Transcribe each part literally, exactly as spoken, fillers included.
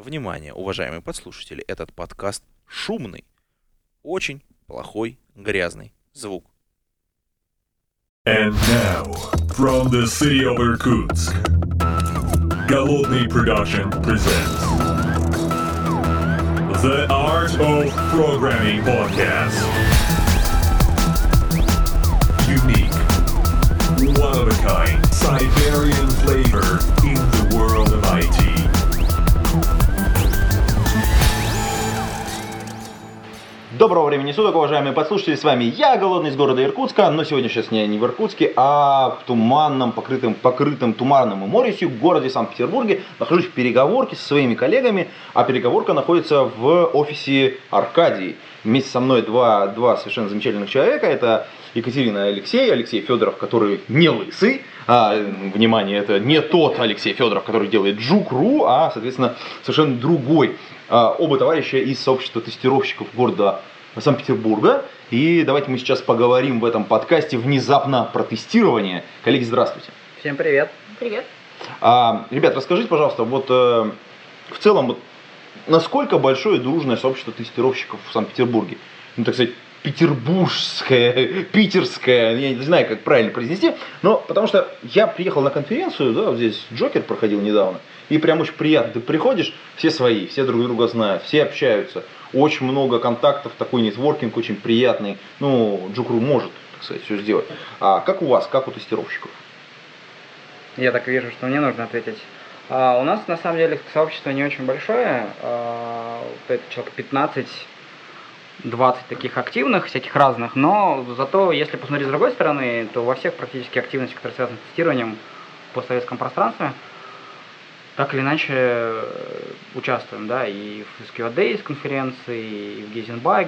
Внимание, уважаемые подслушатели, этот подкаст шумный. Очень плохой, грязный звук. And now, from the city of Irkutsk, Голодный Production presents The Art of Programming Podcast. Unique, one of a kind, Siberian flavor in the world of ай ти. Доброго времени суток, уважаемые подслушатели, с вами я, Голодный, из города Иркутска, но сегодня сейчас я не в Иркутске, а в туманном, покрытым, покрытым туманным и моросью городе Санкт-Петербурге. Нахожусь в переговорке со своими коллегами, а переговорка находится в офисе Аркадии. Вместе со мной два, два совершенно замечательных человека, это Екатерина и Алексей, Алексей Федоров, который не лысый, а, внимание, это не тот Алексей Федоров, который делает Juke.ru, а, соответственно, совершенно другой. Оба товарища из сообщества тестировщиков города Санкт-Петербурга. И давайте мы сейчас поговорим в этом подкасте внезапно про тестирование. Коллеги, здравствуйте. Всем привет. Привет. А, ребят, расскажите, пожалуйста, вот э, в целом, вот, насколько большое дружное сообщество тестировщиков в Санкт-Петербурге? Ну, так сказать, петербургское, питерское, я не знаю, как правильно произнести, но потому что я приехал на конференцию, да, вот здесь Джокер проходил недавно, и прям очень приятно, ты приходишь, все свои, все друг друга знают, все общаются, очень много контактов, такой нетворкинг очень приятный, ну, Juke.ru может, так сказать, все сделать. А как у вас, как у тестировщиков? Я так вижу, что мне нужно ответить. А, у нас на самом деле сообщество не очень большое, а, это человек пятнадцать-двадцать таких активных, всяких разных, но зато, если посмотреть с другой стороны, то во всех практически активностях, которые связаны с тестированием по советском пространстве, так или иначе участвуем, да, и в эс кью эй Days конференции, и в Гейзенбаге,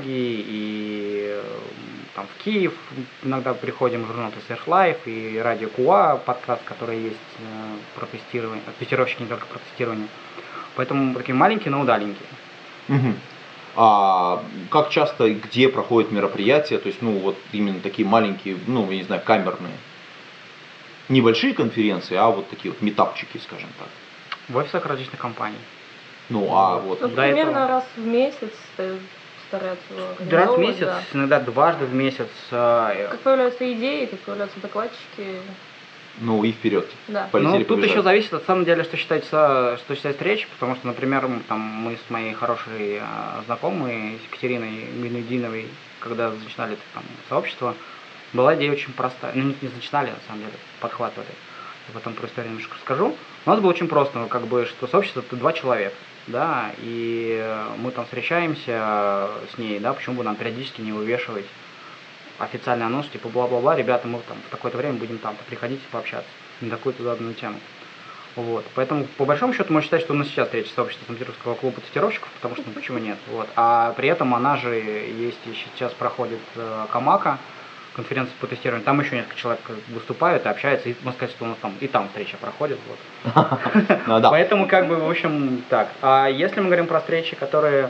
и там в Киев иногда приходим в журнал Test Life, и радио КУА, подкаст, который есть про тестирование, тестировщики не только про тестирование. Поэтому такие маленькие, но удаленькие. Угу. А как часто и где проходят мероприятия, то есть, ну, вот именно такие маленькие, ну, я не знаю, камерные, небольшие конференции, а вот такие вот митапчики, скажем так. В офисах различных компаний. Ну, а вот... Ну, До примерно этого... раз в месяц стараются Раз в месяц, да. иногда дважды в месяц. Как появляются идеи, как появляются докладчики. Ну и вперед. Да. Ну, тут еще зависит от самом деле, что считается, что считается речь, потому что, например, там, мы с моей хорошей а, знакомой, с Екатериной Гайнудиновой, когда начинали там, сообщество, была идея очень простая. Ну, не, не начинали, на самом деле, подхватывали. Я потом про историю немножко расскажу. У нас было очень просто, ну, как бы, что сообщество это два человека, да, и мы там встречаемся с ней, да, почему бы нам периодически не вывешивать официальный анонс, типа бла-бла-бла, ребята, мы там в такое-то время будем там, приходите пообщаться на такую-то заданную тему. Вот. Поэтому, по большому счету, можно считать, что у нас сейчас встреча сообщества Санкт-Петербургского клуба тестировщиков, потому что, ну, почему нет? Вот. А при этом она же есть, и сейчас проходит э, Камака, конференция по тестированию, там еще несколько человек выступают и общаются, и можно сказать, что у нас там и там встреча проходит. Поэтому, как бы, в общем, так. А если мы говорим про встречи, которые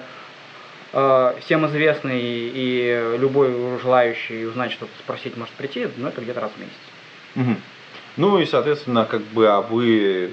всем известны, и любой желающий узнать что-то, спросить, может прийти, ну, это где-то раз в месяц. Угу. Ну и, соответственно, как бы, а вы,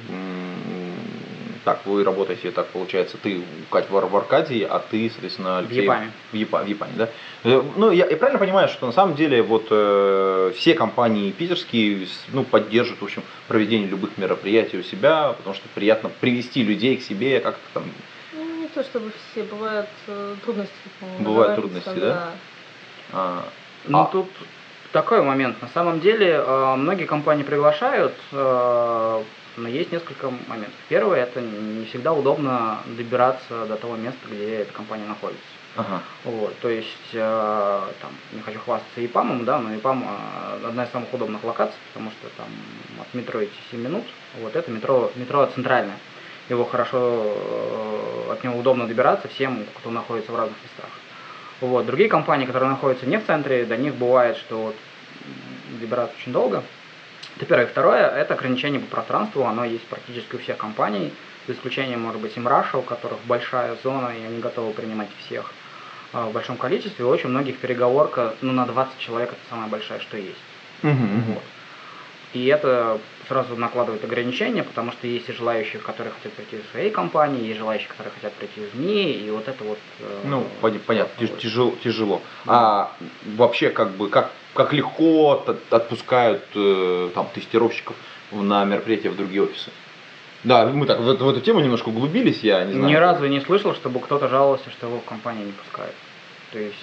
так, вы работаете, так получается, ты, Кать, в Аркадии, а ты, соответственно, Алексей... В ЕПАМе. В ЕПАМе, в ЕПАМе, да? Ну, я, я правильно понимаю, что на самом деле вот э, все компании питерские, ну, поддерживают, в общем, проведение любых мероприятий у себя, потому что приятно привести людей к себе, как-то там... Не то чтобы все, бывают э, трудности. Бывают трудности, да? да? А, Ну, а... тут такой момент. На самом деле, э, многие компании приглашают, э, но есть несколько моментов. Первое, это не всегда удобно добираться до того места, где эта компания находится. Ага. Вот, то есть, э, там, не хочу хвастаться ИПАМом, да, но ИПАМ э, одна из самых удобных локаций, потому что там от метро идти семь минут. Вот это метро, метро центральное. Его хорошо, э, от него удобно добираться всем, кто находится в разных местах. Вот. Другие компании, которые находятся не в центре, до них бывает, что вот, добираться очень долго. Это первое. Второе, это ограничение по пространству, оно есть практически у всех компаний, за исключением, может быть, Имраша, у которых большая зона, и они готовы принимать всех э, в большом количестве. У очень многих переговорка, ну, на двадцать человек, это самая большая, что есть. Угу, угу. Вот. И это сразу накладывает ограничения, потому что есть и желающие, которые хотят прийти из своей компании, есть желающие, которые хотят прийти из НИИ, и вот это вот... э, Ну, пони- понятно, тяж- вот. тяжело. тяжело. А вообще, как бы, как, как легко от- отпускают э, там, тестировщиков на мероприятия в другие офисы? Да, мы так в, эту- в эту тему немножко углубились, я не знаю. Ни разу не слышал, чтобы кто-то жаловался, что его в компании не пускают. То есть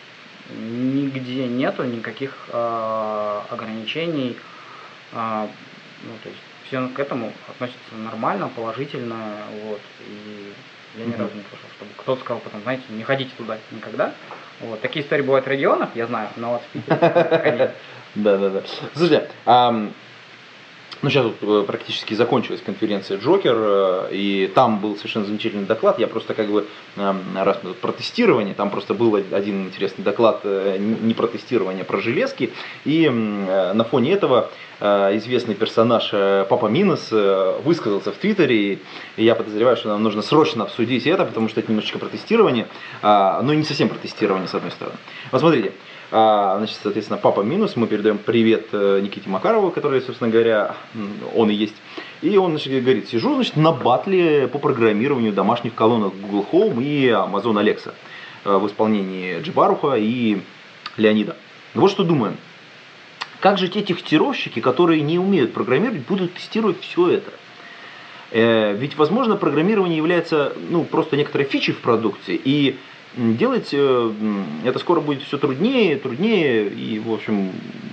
нигде нету никаких э, ограничений. Э, ну, то есть все к этому относятся нормально, положительно. Вот, и я ни Мгм. разу не слышал, чтобы кто-то сказал потом, знаете, не ходите туда никогда. Вот. Такие истории бывают в регионах, я знаю, но вот в Питере пока нет. Да, да, да. Слушайте, ам, ну сейчас вот э, практически закончилась конференция Джокер, э, и там был совершенно замечательный доклад. Я просто как бы ам, раз мы тут про тестирование, там просто был один интересный доклад э, не про тестирование, а про железки. И м, э, на фоне этого э, известный персонаж э, Папа Минос э, высказался в Твиттере, и я подозреваю, что нам нужно срочно обсудить это, потому что это немножечко про тестирование, а, но не совсем про тестирование с одной стороны. Вот смотрите. А, значит, соответственно, Папа Минус, мы передаем привет э, Никите Макарову, который, собственно говоря, м, он и есть. И он, значит, говорит, сижу, значит, на батле по программированию домашних колонок Google Home и Amazon Alexa э, в исполнении Джибаруха и Леонида. Вот что думаем. Как же те тестировщики, которые не умеют программировать, будут тестировать все это? Э, ведь, возможно, программирование является, ну, просто некоторой фичей в продукте, и делать э, это скоро будет все труднее, труднее, и, в общем,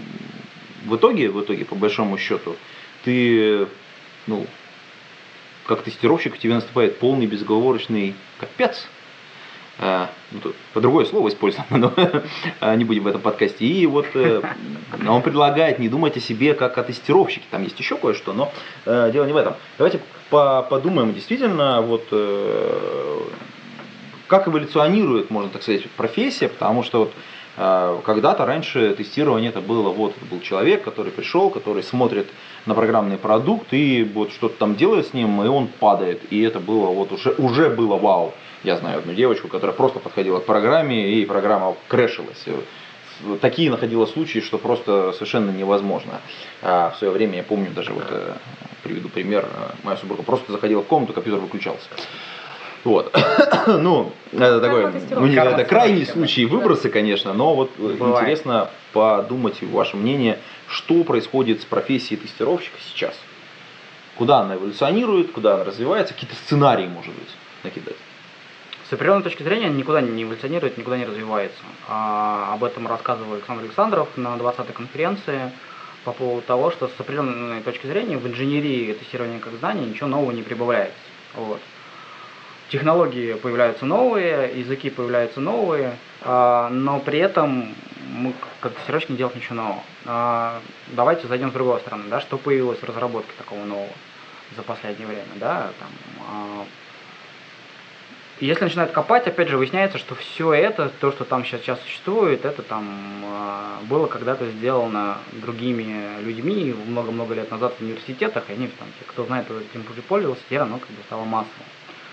в итоге, в итоге, по большому счету, ты, ну, как тестировщик, у тебя наступает полный безоговорочный капец. А, ну, тут по другое слово используем, но не будем в этом подкасте. И вот э, он предлагает не думать о себе как о тестировщике. Там есть еще кое-что, но э, дело не в этом. Давайте по подумаем действительно, вот э, как эволюционирует, можно так сказать, профессия, потому что вот э, когда-то раньше тестирование это было, вот это был человек, который пришел, который смотрит на программный продукт и вот что-то там делает с ним, и он падает. И это было вот уже, уже было вау. Я знаю одну девочку, которая просто подходила к программе, и программа крэшилась. Такие находила случаи, что просто совершенно невозможно. А в свое время, я помню, даже вот приведу пример, моя супруга просто заходила в комнату, компьютер выключался. Вот. Ну, это такой, ну, не, это крайний случай выбросы, конечно, но вот Бывает. Интересно подумать, ваше мнение, что происходит с профессией тестировщика сейчас. Куда она эволюционирует, куда она развивается, какие-то сценарии, может быть, накидать. С определенной точки зрения никуда не эволюционирует, никуда не развивается. А, об этом рассказывал Александр Александров на двадцатой конференции по поводу того, что с определенной точки зрения в инженерии тестирования как знания ничего нового не прибавляется. Вот. Технологии появляются новые, языки появляются новые, а, но при этом мы как тестировщики не делаем ничего нового. А, давайте зайдем с другой стороны, да, что появилось в разработке такого нового за последнее время, да, там, а, если начинают копать, опять же, выясняется, что все это, то, что там сейчас, сейчас существует, это там э, было когда-то сделано другими людьми много-много лет назад в университетах, и они там, те, кто знает, этим пользовался, теперь оно как бы стало массовым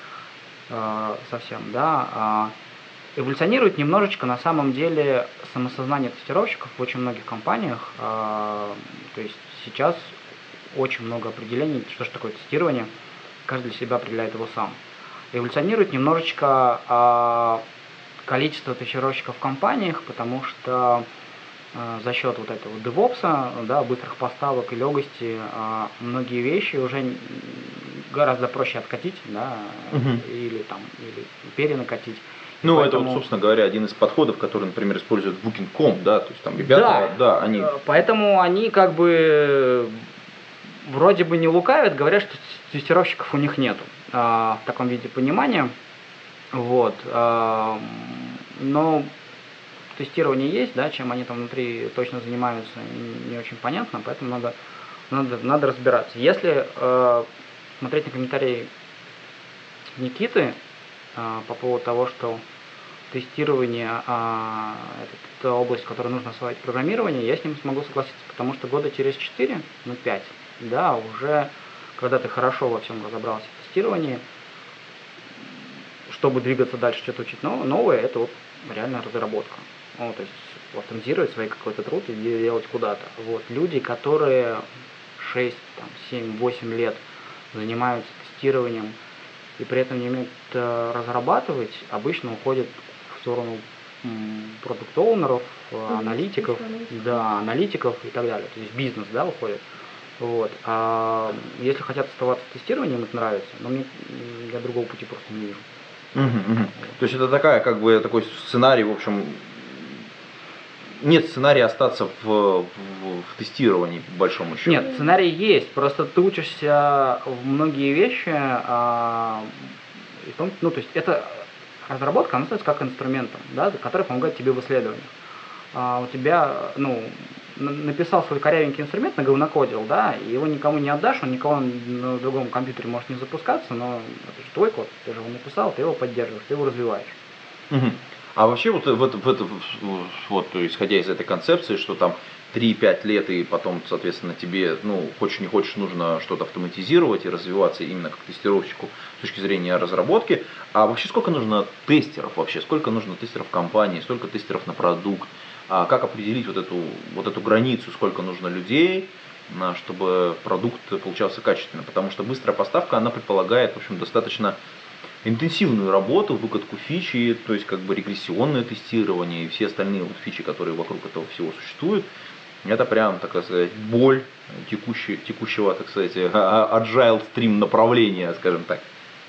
э, совсем, да. А эволюционирует немножечко на самом деле самосознание тестировщиков в очень многих компаниях, э, то есть сейчас очень много определений, что же такое тестирование, каждый для себя определяет его сам. Эволюционирует немножечко а, количество тестировщиков в компаниях, потому что а, за счет вот этого девопса, да, быстрых поставок и легкости, а, многие вещи уже гораздо проще откатить, да, Мгм. или там, или перенакатить. Ну, Поэтому- это вот, собственно говоря, один из подходов, который, например, использует букинг точка ком, да, то есть там ребята, да, они... Э, Поэтому они как бы вроде бы не лукавят, говорят, что тестировщиков у них нету а, в таком виде понимания. Вот. а, Но тестирование есть, да, чем они там внутри точно занимаются, не очень понятно, поэтому надо, надо, надо разбираться. Если э, смотреть на комментарии Никиты э, по поводу того, что тестирование а, это, это область, в которой нужно осваивать программирование, я с ним смогу согласиться, потому что года через четыре, ну пять, да, уже когда ты хорошо во всем разобрался в тестировании, чтобы двигаться дальше, что-то учить новое, новое, это вот реальная разработка. ну, то есть автоматизировать свой какой-то труд и делать куда-то. Вот. Люди, которые шесть, семь, восемь лет занимаются тестированием и при этом не умеют э, разрабатывать, обычно уходят в сторону продукт-оунеров, mm-hmm. аналитиков, mm-hmm. да, аналитиков и так далее. То есть бизнес, да, уходит. Вот. А если хотят оставаться в тестировании, им это нравится, но мне я другого пути просто не вижу. Угу, угу. То есть это такая, как бы, такой сценарий, в общем, нет сценария остаться в, в, в тестировании, по большому счету. Нет, сценарий есть, просто ты учишься в многие вещи, а, и том, ну, то есть это разработка, она становится как инструментом, да, который помогает тебе в исследованиях. А у тебя, ну, написал свой корявенький инструмент, наговнокодил, да, и его никому не отдашь, он никого на другом компьютере может не запускаться, но это же твой код, ты же его написал, ты его поддерживаешь, ты его развиваешь. Угу. А вообще вот, вот, вот, вот, исходя из этой концепции, что там три-пять лет и потом, соответственно, тебе, ну, хочешь не хочешь, нужно что-то автоматизировать и развиваться именно как тестировщику с точки зрения разработки, а вообще сколько нужно тестеров вообще, сколько нужно тестеров в компании, сколько тестеров на продукт? А как определить вот эту, вот эту границу, сколько нужно людей, чтобы продукт получался качественно? Потому что быстрая поставка, она предполагает, в общем, достаточно интенсивную работу, выкатку фичи, то есть как бы регрессионное тестирование и все остальные вот фичи, которые вокруг этого всего существуют. Это прям, так сказать, боль текущего, текущего, так сказать, agile стрим направления, скажем так.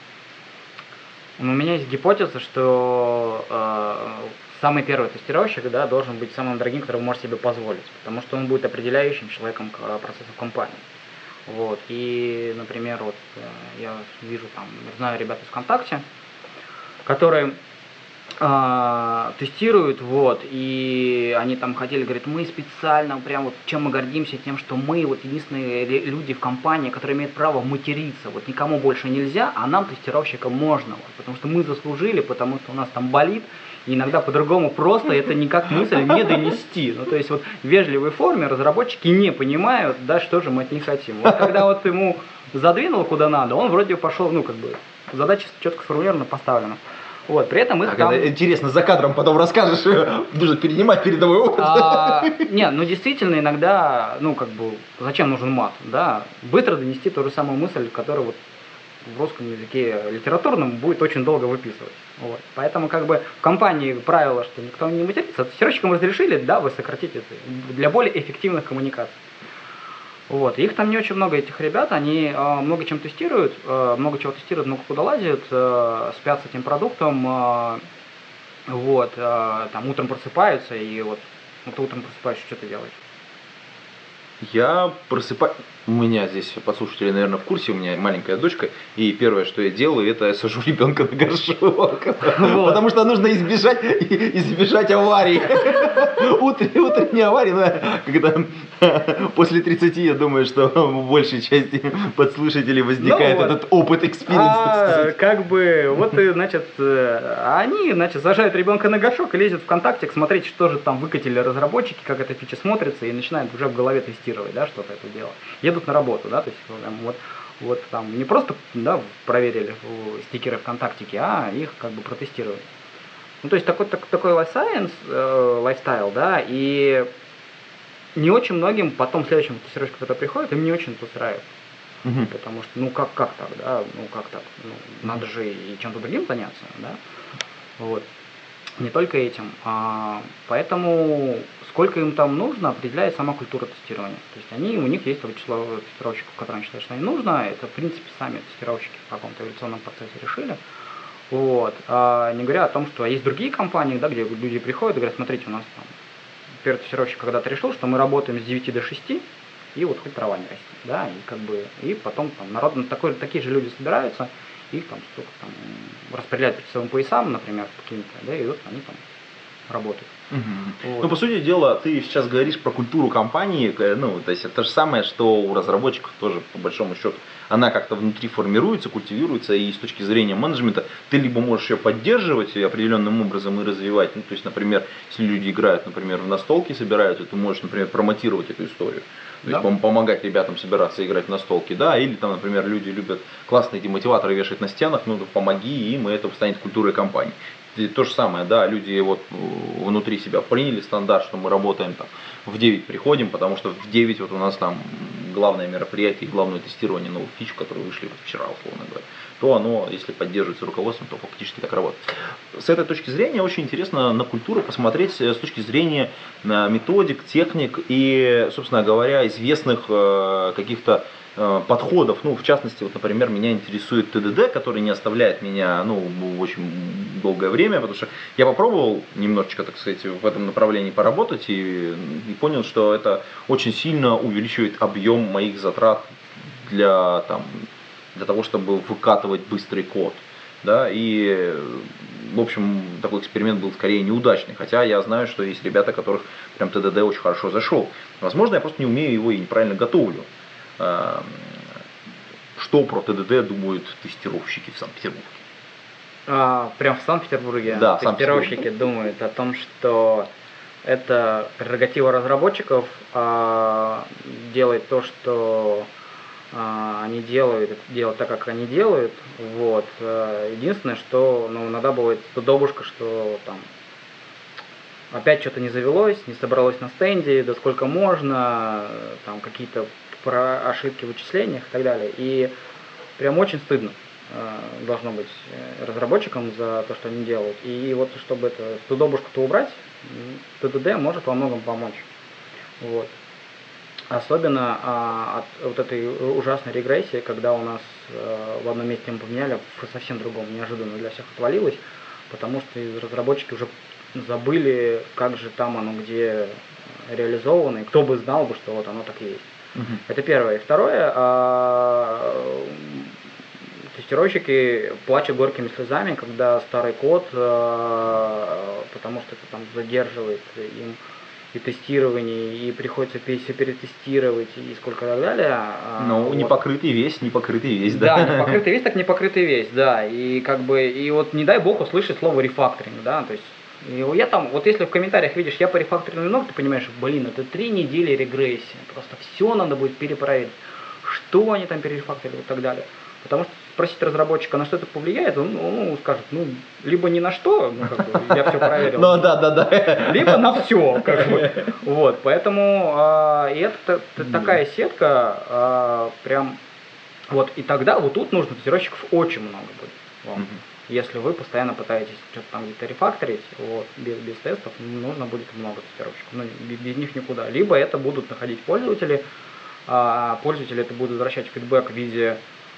У меня есть гипотеза, что э, самый первый тестировщик, да, должен быть самым дорогим, который вы можете себе позволить, потому что он будет определяющим человеком процессов компании. Вот. И, например, вот я вижу там, знаю ребят из ВКонтакте, которые э, тестируют, вот, и они там хотели, говорят, мы специально, прям вот, чем мы гордимся, тем, что мы вот единственные люди в компании, которые имеют право материться, вот никому больше нельзя, а нам, тестировщикам, можно, вот, потому что мы заслужили, потому что у нас там болит, и иногда по-другому просто это никак мысль не донести. Ну, то есть вот в вежливой форме разработчики не понимают, да, что же мы от них хотим. Вот когда вот ему задвинул куда надо, он вроде пошел, ну, как бы, задача четко сформулирована, поставлена. Вот, при этом их а там... Интересно, за кадром потом расскажешь, нужно перенимать передовой опыт. А, не, ну действительно иногда, ну как бы, зачем нужен мат, да, быстро донести ту же самую мысль, которую вот в русском языке литературном будет очень долго выписывать. Вот. Поэтому как бы в компании правило, что никто не матерится, тестировщикам разрешили, да, вы сократите это для более эффективных коммуникаций. Вот. Их там не очень много, этих ребят, они э, много чем тестируют, э, много чего тестируют, много куда лазят, э, спят с этим продуктом, э, вот, э, там утром просыпаются, и вот, вот утром просыпаешься, что ты делаешь? Я просыпаюсь, у меня здесь подслушатели, наверное, в курсе, у меня маленькая дочка, и первое, что я делаю, это я сажу ребенка на горшок, потому что нужно избежать, избежать аварий, утренней аварии, когда после тридцати, я думаю, что в большей части подслушателей возникает этот опыт, экспириенс. Как бы, вот, значит, они, значит, сажают ребенка на горшок и лезут в ВКонтакте смотреть, что же там выкатили разработчики, как эта фича смотрится, и начинают уже в голове тестировать, да, что-то это дело. Едут на работу, да, то есть вот, вот там не просто, да, проверили стикеры ВКонтактике, а их как бы протестировали. Ну, то есть такой, так, такой life science, э, лайфстайл, да, и не очень многим потом следующим тестировщикам, который приходит, им не очень это устраивает. Угу. Потому что, ну как, как так, да, ну как так, ну, надо же и чем-то другим заняться, да, вот. Не только этим, а, поэтому сколько им там нужно, определяет сама культура тестирования. То есть они, у них есть то число тестировщиков, которые они считают, что им нужно. Это, в принципе, сами тестировщики в каком-то эволюционном процессе решили. Вот. А не говоря о том, что есть другие компании, да, где люди приходят и говорят, смотрите, у нас там первый тестировщик когда-то решил, что мы работаем с девяти до шести, и вот хоть трава не растет. Да, и как бы, и потом там народ, ну, такой, такие же люди собираются, их там столько там распределяют по часовым поясам, например, какими-то, да, и вот они там работают. Угу. Вот. Ну, по сути дела, ты сейчас говоришь про культуру компании, ну, то есть это то же самое, что у разработчиков тоже, по большому счету, она как-то внутри формируется, культивируется, и с точки зрения менеджмента ты либо можешь ее поддерживать определенным образом и развивать, ну, то есть, например, если люди играют, например, в настолки собираются, ты можешь, например, промотировать эту историю. То да. есть помогать ребятам собираться играть в настолки, да, или там, например, люди любят классные демотиваторы вешать на стенах, ну, помоги им, и это станет культурой компании. И то же самое, да, люди вот внутри себя приняли стандарт, что мы работаем там в девять приходим, потому что в девять вот у нас там главное мероприятие, главное тестирование новых фич, которые вышли вот вчера, условно говоря, то оно, если поддерживается руководством, то фактически так работает. С этой точки зрения очень интересно на культуру посмотреть с точки зрения методик, техник и, собственно говоря, известных каких-то подходов. Ну, в частности, вот, например, меня интересует ТДД, который не оставляет меня, ну, очень долгое время, потому что я попробовал немножечко, так сказать, в этом направлении поработать и, и понял, что это очень сильно увеличивает объем моих затрат для, там, для того, чтобы выкатывать быстрый код. Да, и, в общем, такой эксперимент был скорее неудачный, хотя я знаю, что есть ребята, которых прям ТДД очень хорошо зашел. Возможно, я просто не умею его и неправильно готовлю. Что про ТДД думают тестировщики в Санкт-Петербурге? А, прям в Санкт-Петербурге да, тестировщики думают о том, что это прерогатива разработчиков а, делать то, что а, они делают, делать так, как они делают. Вот. Единственное, что ну, иногда бывает стыдобушка, что там опять что-то не завелось, не собралось на стенде, да сколько можно, там какие-то про ошибки в вычислениях и так далее. И прям очень стыдно э, должно быть разработчикам за то, что они делают. И вот чтобы эту стыдобушку-то убрать, ТДД может во многом помочь. Вот. Особенно а, от вот этой ужасной регрессии, когда у нас а, в одном месте мы поменяли, в совсем другом, неожиданно для всех отвалилось, потому что разработчики уже забыли, как же там оно где реализовано, и кто бы знал бы, что вот оно так и есть. Uh-huh. Это первое. И второе, а, тестировщики плачут горькими слезами, когда старый код, а, потому что это там задерживает им и тестирование, и приходится все перетестировать, и сколько и так далее. Ну, вот. Непокрытый весь, непокрытый весь, да? Да, непокрытый весь, так непокрытый весь, да. И как бы, и вот не дай бог услышать слово рефакторинг, да, то есть и я там, вот если в комментариях видишь, я по рефакторингу много, ты понимаешь, блин, это три недели регрессии, просто все надо будет перепроверить, что они там перерефакторили и так далее. Потому что спросить разработчика, на что это повлияет, он ну, скажет, ну, либо ни на что, ну, как бы, я все проверил, ну, да, да, да. либо на все, как бы. Вот, поэтому а, и это такая сетка, а, прям, вот, и тогда вот тут нужно тестировщиков очень много будет. Вот. Если вы постоянно пытаетесь что-то там где-то рефакторить, вот, без, без тестов, нужно будет много тестировщиков, ну, без, без них никуда. Либо это будут находить пользователи, а пользователи это будут возвращать фидбэк в виде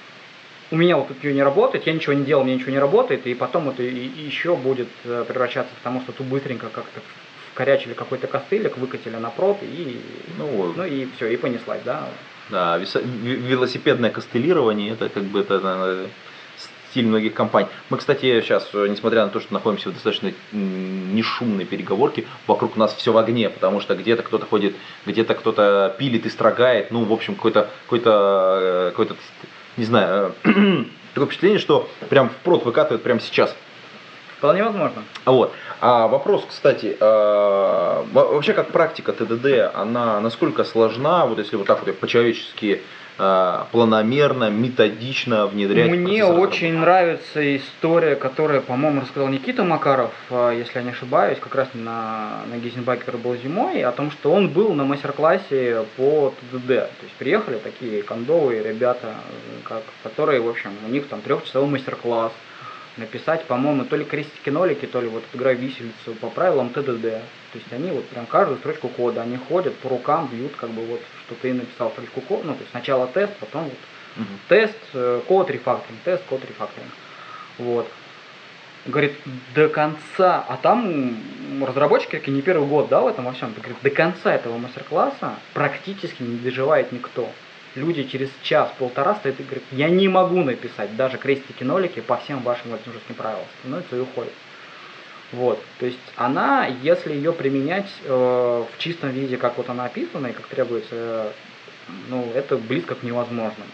у меня вот тут не работает, я ничего не делал, мне ничего не работает, и потом это и, и еще будет превращаться в тому, что тут быстренько как-то вкорячили какой-то костылик, выкатили на прод, и, ну, ну и все, и понеслась, да. Да, велосипедное костылирование, это как бы это, это стиль многих компаний. Мы, кстати, сейчас, несмотря на то, что находимся в достаточно нешумной переговорке, вокруг нас все в огне, потому что где-то кто-то ходит, где-то кто-то пилит и строгает, ну, в общем, какой-то, какой-то, какой-то не знаю, такое впечатление, что прям в прод выкатывают прямо сейчас. Вполне возможно. Вот. А вопрос, кстати, а, вообще как практика ТДД, она насколько сложна, вот если вот так вот по-человечески а, планомерно, методично внедрять? Мне очень нравится история, которую, по-моему, рассказал Никита Макаров, если я не ошибаюсь, как раз на, на Гейзенбаке, который был зимой, о том, что он был на мастер-классе по ТДД. То есть приехали такие кондовые ребята, как, которые, в общем, у них там трехчасовой мастер-класс. Написать, по-моему, то ли крестики-нолики, то ли вот играй виселицу по правилам ТДД. То есть они вот прям каждую строчку кода, они ходят по рукам, бьют, как бы вот, что ты написал строчку кода, ну, то есть сначала тест, потом вот угу. тест, код, рефакторинг, тест, код, рефакторинг. Вот. Говорит, до конца, а там разработчики, как и не первый год, да, в этом во всем, говорит, до конца этого мастер-класса практически не доживает никто. Люди через час-полтора стоят и говорят, я не могу написать даже крестики-нолики по всем вашим возможностям правилам. Становится и уходит. Вот. То есть она, если ее применять э, в чистом виде, как вот она описана и как требуется, э, ну, это близко к невозможному.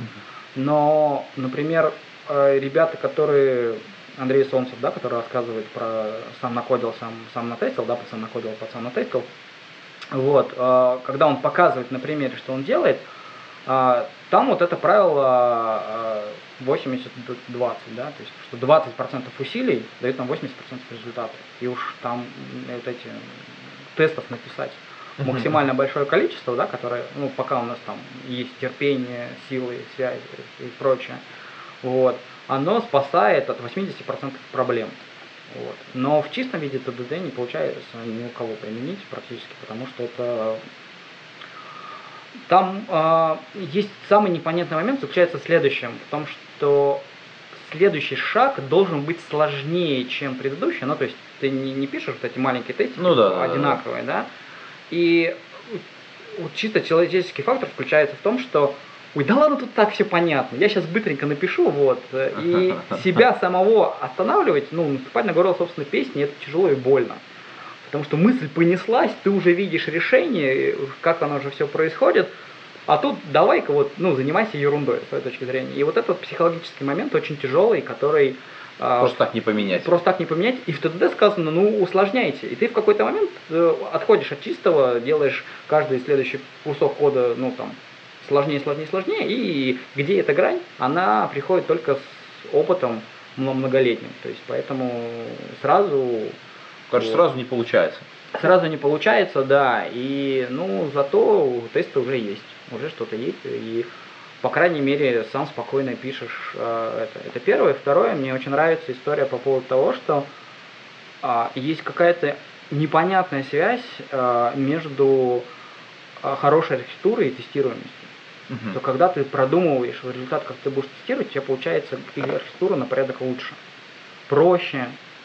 Но, например, э, ребята, которые, Андрей Солнцев, да, который рассказывает про сам накодил, сам, сам натестил, да, сам накодил, сам натестил, вот, э, когда он показывает на примере, что он делает, А, там вот это правило а, восемьдесят двадцать, да, то есть что двадцать процентов усилий дает нам восемьдесят процентов результата. И уж там вот эти тестов написать максимально большое количество, да, которое, ну, пока у нас там есть терпение, силы, связи и прочее, вот, оно спасает от восемьдесят процентов проблем. Вот. Но в чистом виде тэ дэ дэ не получается ни у кого применить практически, потому что это... Там э, есть самый непонятный момент, заключается в следующем, в том, что следующий шаг должен быть сложнее, чем предыдущий, ну, то есть ты не, не пишешь вот эти маленькие тестики, ну, да, одинаковые, да, да, и вот чисто человеческий фактор включается в том, что ой, да ладно, тут так все понятно, я сейчас быстренько напишу, вот, и себя самого останавливать, ну, наступать на горло собственной песни, это тяжело и больно. Потому что мысль понеслась, ты уже видишь решение, как оно уже все происходит, а тут давай-ка вот, ну, занимайся ерундой, с своей точки зрения. И вот этот психологический момент очень тяжелый, который... Просто так не поменять. Просто так не поменять. И в тэ дэ дэ сказано, ну, усложняйте. И ты в какой-то момент отходишь от чистого, делаешь каждый следующий кусок кода, ну, там, сложнее, сложнее, сложнее, и где эта грань, она приходит только с опытом многолетним. То есть, поэтому сразу... Кажется, вот, сразу не получается. Сразу не получается, да, и, ну, зато тесты уже есть, уже что-то есть, и, по крайней мере, сам спокойно пишешь э, это. Это первое. Второе, мне очень нравится история по поводу того, что э, есть какая-то непонятная связь э, между э, хорошей архитектурой и тестируемостью. Uh-huh. То когда ты продумываешь результат, как ты будешь тестировать, у тебя получается архитектура на порядок лучше, проще,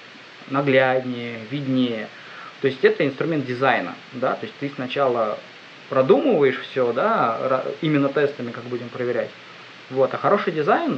нагляднее, виднее. То есть это инструмент дизайна, да, то есть ты сначала продумываешь все, да, именно тестами, как будем проверять. Вот, а хороший дизайн,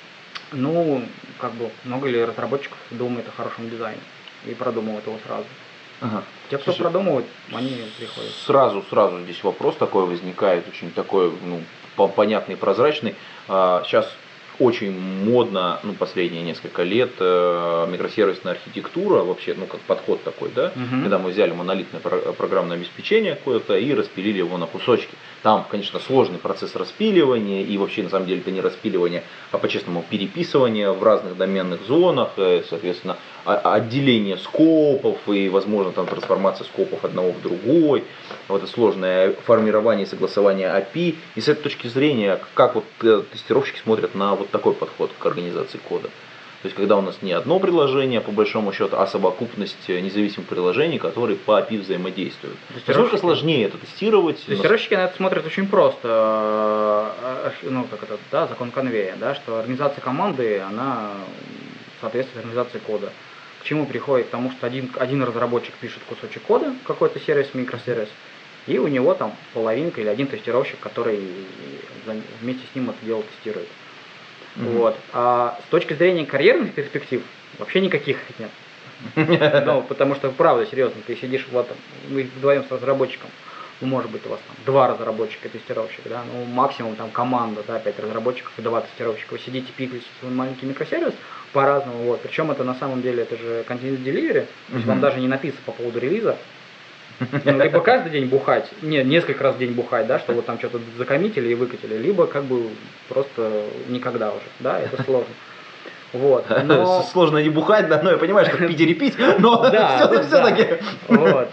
ну, как бы, много ли разработчиков думает о хорошем дизайне и продумывает его сразу. Ага. Те, кто Слушай, продумывает, они приходят. Сразу, сразу здесь вопрос такой возникает, очень такой, ну, понятный, прозрачный. Сейчас очень модно, ну, последние несколько лет э, микросервисная архитектура, вообще, ну, как подход такой, да, uh-huh. когда мы взяли монолитное про- программное обеспечение какое-то и распилили его на кусочки. Там, конечно, сложный процесс распиливания, и вообще, на самом деле, это не распиливание, а по-честному переписывание в разных доменных зонах, э, соответственно, отделение скопов и, возможно, там трансформация скопов одного в другой, вот это сложное формирование и согласование эй пи ай. И с этой точки зрения, как вот тестировщики смотрят на вот такой подход к организации кода? То есть, когда у нас не одно приложение, по большому счету, а совокупность независимых приложений, которые по эй пи ай взаимодействуют. Насколько сложнее это тестировать? Тестировщики на это смотрят очень просто. Ну, как это, да, закон конвея, да, что организация команды, она соответствует организации кода. К чему приходит? К тому, что один, один разработчик пишет кусочек кода, какой-то сервис, микросервис, и у него там половинка или один тестировщик, который вместе с ним это дело тестирует. Mm-hmm. Вот. А с точки зрения карьерных перспектив вообще никаких нет. Ну, потому что, правда, серьезно, ты сидишь в этом, мы вдвоем с разработчиком, ну, может быть, у вас там два разработчика, тестировщика, да, ну, максимум там команда, да, пять разработчиков и два тестировщика. Вы сидите, пикаете свой маленький микросервис по-разному, вот. Причем это на самом деле, это же continuous delivery, то есть вам даже не написано по поводу релиза. Ну, либо каждый день бухать, не, несколько раз в день бухать, да, что вот там что-то закоммитили и выкатили, либо как бы просто никогда уже, да, это сложно. Вот, но... Сложно не бухать, да, но я понимаю, что в Питере пить, но да, все-таки... Вот,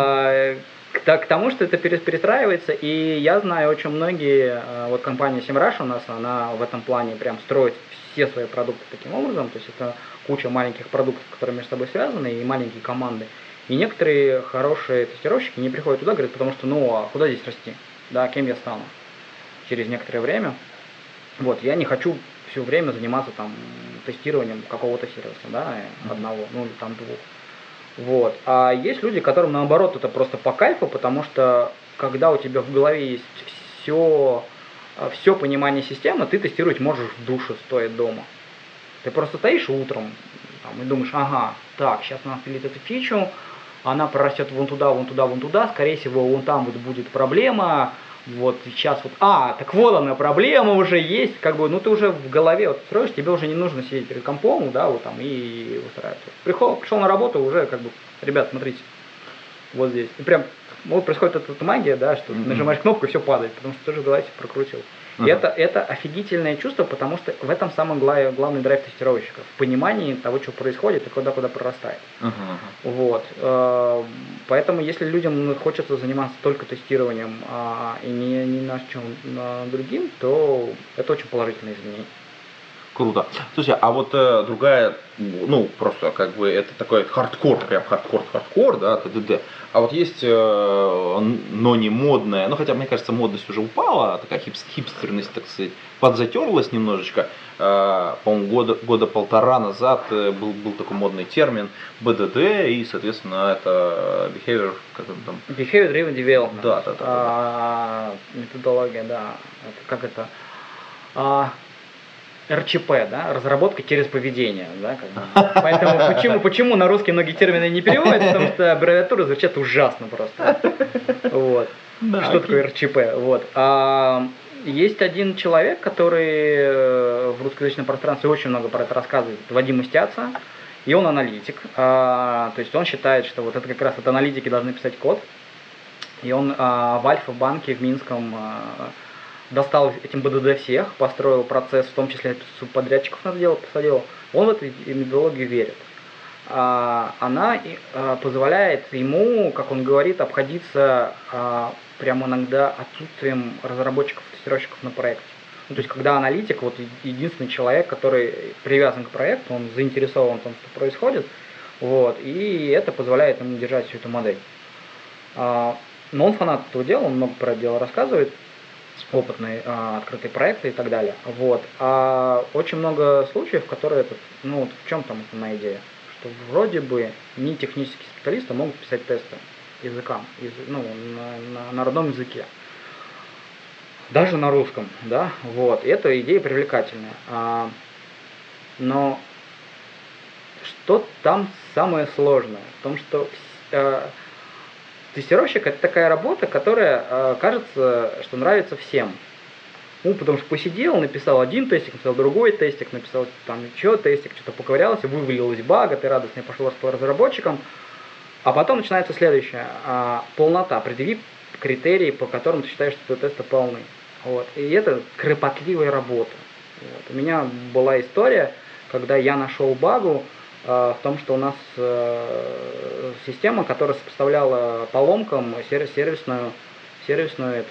к тому, что это перестраивается, и я знаю очень многие, вот компания Semrush у нас, она в этом плане прям строит все свои продукты таким образом, то есть это куча маленьких продуктов, которые между собой связаны, и маленькие команды. И некоторые хорошие тестировщики не приходят туда, говорят, потому что, ну, а куда здесь расти? Да, кем я стану через некоторое время? Вот, я не хочу все время заниматься там тестированием какого-то сервиса, да, одного, ну, или там двух. Вот. А есть люди, которым, наоборот, это просто по кайфу, потому что, когда у тебя в голове есть все, все понимание системы, ты тестировать можешь в душе, стоя дома. Ты просто стоишь утром там, и думаешь, ага, так, сейчас у нас пилит эту фичу, она прорастет вон туда, вон туда, вон туда, скорее всего, вон там вот будет проблема, вот сейчас вот, а, так вот она, проблема уже есть, как бы, ну ты уже в голове вот строишь, тебе уже не нужно сидеть перед компом, да, вот там и устраиваться. Пришел, пришел на работу, уже как бы, ребят, смотрите, вот здесь. И прям, вот происходит эта, эта магия, да, что mm-hmm. нажимаешь кнопку и все падает, потому что ты же в голове прокрутил. И Ага. это, это офигительное чувство, потому что в этом самый гла- главный драйв тестировщиков. В понимании того, что происходит и куда-куда прорастает. Ага, ага. Вот. э, Поэтому, если людям ну, хочется заниматься только тестированием а, и не, не на чем на другим, то это очень положительное изменение. Круто. Слушай, а вот э, другая, ну, просто как бы это такой хардкор, прям хардкор-хардкор, да, ТДД. А вот есть, э, но не модная, ну, хотя, мне кажется, модность уже упала, такая хипс- хипстерность, так сказать, подзатерлась немножечко. Э, по-моему, года, года полтора назад э, был, был такой модный термин бэ дэ дэ, и, соответственно, это behavior, как он там, Behavior Driven Development. Да, да, да, да, А, методология, да. Это, как это? А, эр че пэ, да, разработка через поведение, да, как бы. Поэтому почему, почему на русский многие термины не переводят, потому что аббревиатуры звучат ужасно просто. Вот. Да, Что окей. такое эр че пэ? Вот. А, есть один человек, который э, в русскоязычном пространстве очень много про это рассказывает, Вадим Устяца, и он аналитик. А, то есть он считает, что вот это как раз вот аналитики должны писать код. И он а, в Альфа-банке в Минском а, достал этим бэ дэ дэ всех, построил процесс, в том числе субподрядчиков надо дело посадил. Он в эту методологию верит. А, она и, а, позволяет ему, как он говорит, обходиться а, прямо иногда отсутствием разработчиков, тестировщиков на проекте. Ну, то есть, когда аналитик, вот е- единственный человек, который привязан к проекту, он заинтересован в том, что происходит, вот, и это позволяет ему держать всю эту модель. А, но он фанат этого дела, он много про это дело рассказывает, опытные а, открытые проекты и так далее. Вот. А очень много случаев, которые это, ну, вот в чем там основная идея? Что вроде бы не технические специалисты могут писать тесты языкам, язы- ну, на, на- на родном языке. Даже на русском, да, вот. И эта идея привлекательная. А, но что там самое сложное? В том, что вс- э, тестировщик это такая работа, которая э, кажется, что нравится всем. Ну, потому что посидел, написал один тестик, написал другой тестик, написал там еще тестик, что-то поковырялся, вывалилась бага, ты радостно пошел по разработчикам. А потом начинается следующее. А, полнота. Предъяви критерии, по которым ты считаешь, что твои тесты полны. Вот. И это кропотливая работа. Вот. У меня была история, когда я нашел багу э, в том, что у нас э, система, которая сопоставляла поломкам сервис, сервисную, сервисную эту,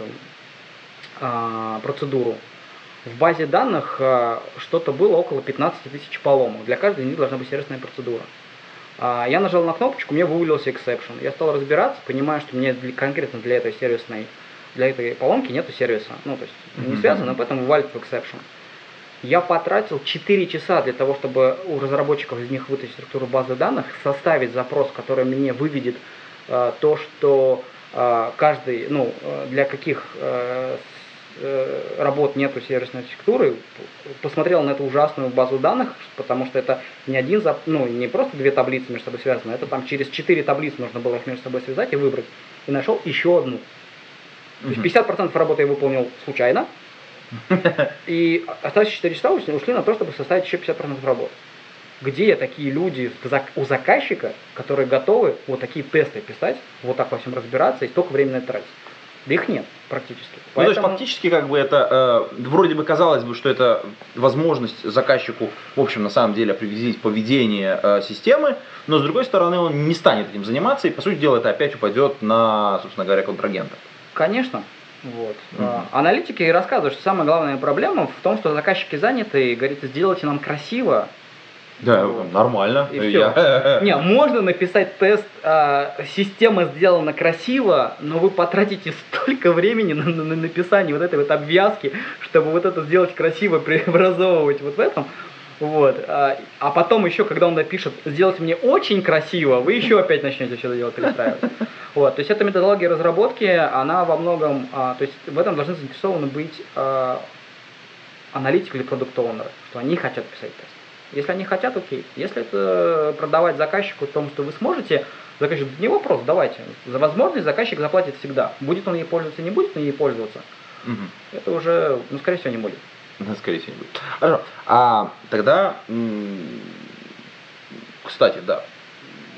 э, процедуру. В базе данных э, что-то было около пятнадцать тысяч поломок. Для каждой из них должна быть сервисная процедура. А, Я нажал на кнопочку, мне вывалился exception. Я стал разбираться, понимая, что мне для- конкретно для этой сервисной, для этой поломки нету сервиса. Ну, то есть не Мгм. связано, поэтому вываливается в exception. Я потратил четыре часа для того, чтобы у разработчиков из них вытащить структуру базы данных, составить запрос, который мне выведет э, то, что э, каждый, ну, э, для каких э, с- э, работ нету сервисной архитектуры, посмотрел на эту ужасную базу данных, потому что это не один, зап- ну, не просто две таблицы между собой связаны, это там через четыре таблицы нужно было их между собой связать и выбрать. И нашел еще одну. То есть Мгм. пятьдесят процентов работы я выполнил случайно, и остались четыре часа ушли ушли на то, чтобы составить еще пятьдесят процентов работы. Где такие люди в зак- у заказчика, которые готовы вот такие тесты писать, вот так во всем разбираться и столько времени на это тратить? Да их нет практически. Ну, то есть Поэтому- фактически как бы это, э, вроде бы казалось бы, что это возможность заказчику, в общем, на самом деле определить поведение э, системы, но с другой стороны он не станет этим заниматься, и по сути дела это опять упадет на, собственно говоря, контрагента. Конечно. Вот. Мгм. А, Аналитики и рассказывают, что самая главная проблема в том, что заказчики заняты и говорят, сделайте нам красиво. Да, Вот. нормально. И Я- Не, можно написать тест, а, система сделана красиво, но вы потратите столько времени на, на- на написание вот этой вот обвязки, чтобы вот это сделать красиво, преобразовывать вот в этом. Вот. А, а потом еще, когда он напишет, сделайте мне очень красиво, вы еще опять начнете все это дело перестраивать. Вот. То есть эта методология разработки, она во многом, а, то есть в этом должны заинтересованы быть а, аналитик или продукт-оунеры, что они хотят писать тест. Если они хотят, окей. Если это продавать заказчику в том, что вы сможете, заказчик, не вопрос, давайте. За возможность заказчик заплатит всегда. Будет он ей пользоваться, не будет он ей пользоваться. Мгм. Это уже, ну, скорее всего, не будет. Ну, скорее всего, не будет. Хорошо. А тогда, м, кстати, да,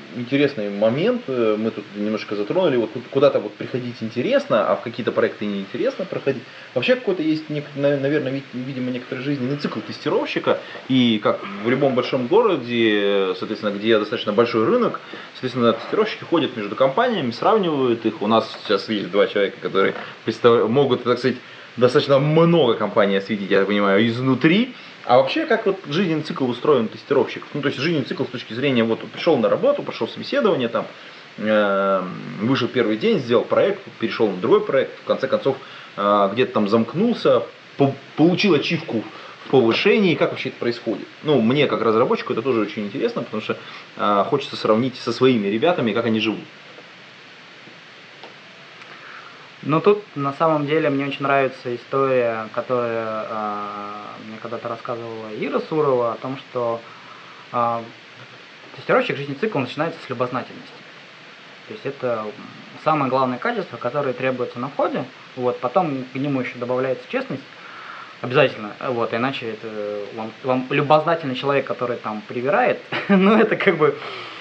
интересный момент, э, мы тут немножко затронули, вот тут куда-то вот приходить интересно, а в какие-то проекты неинтересно проходить. Вообще какой-то есть, нек- на- наверное, вид- видимо, некоторый жизненный цикл тестировщика, и как в любом большом городе, соответственно, где достаточно большой рынок, соответственно, тестировщики ходят между компаниями, сравнивают их. У нас сейчас есть два человека, которые представ- могут, так сказать, достаточно много компаний осветить, я понимаю, изнутри. А вообще, как вот жизненный цикл устроен тестировщиков? Ну, то есть жизненный цикл с точки зрения, вот пришел на работу, прошел собеседование, там, э, вышел первый день, сделал проект, перешел на другой проект, в конце концов, э, где-то там замкнулся, по- получил ачивку в повышении, как вообще это происходит? Ну, мне, как разработчику, это тоже очень интересно, потому что э, хочется сравнить со своими ребятами, как они живут. Ну тут на самом деле мне очень нравится история, которую э, мне когда-то рассказывала Ира Сурова о том, что э, тестировщик жизненный цикл начинается с любознательности. То есть это самое главное качество, которое требуется на входе. Вот, потом к нему еще добавляется честность. Обязательно, вот, иначе это вам, вам любознательный человек, который там привирает, ну это как бы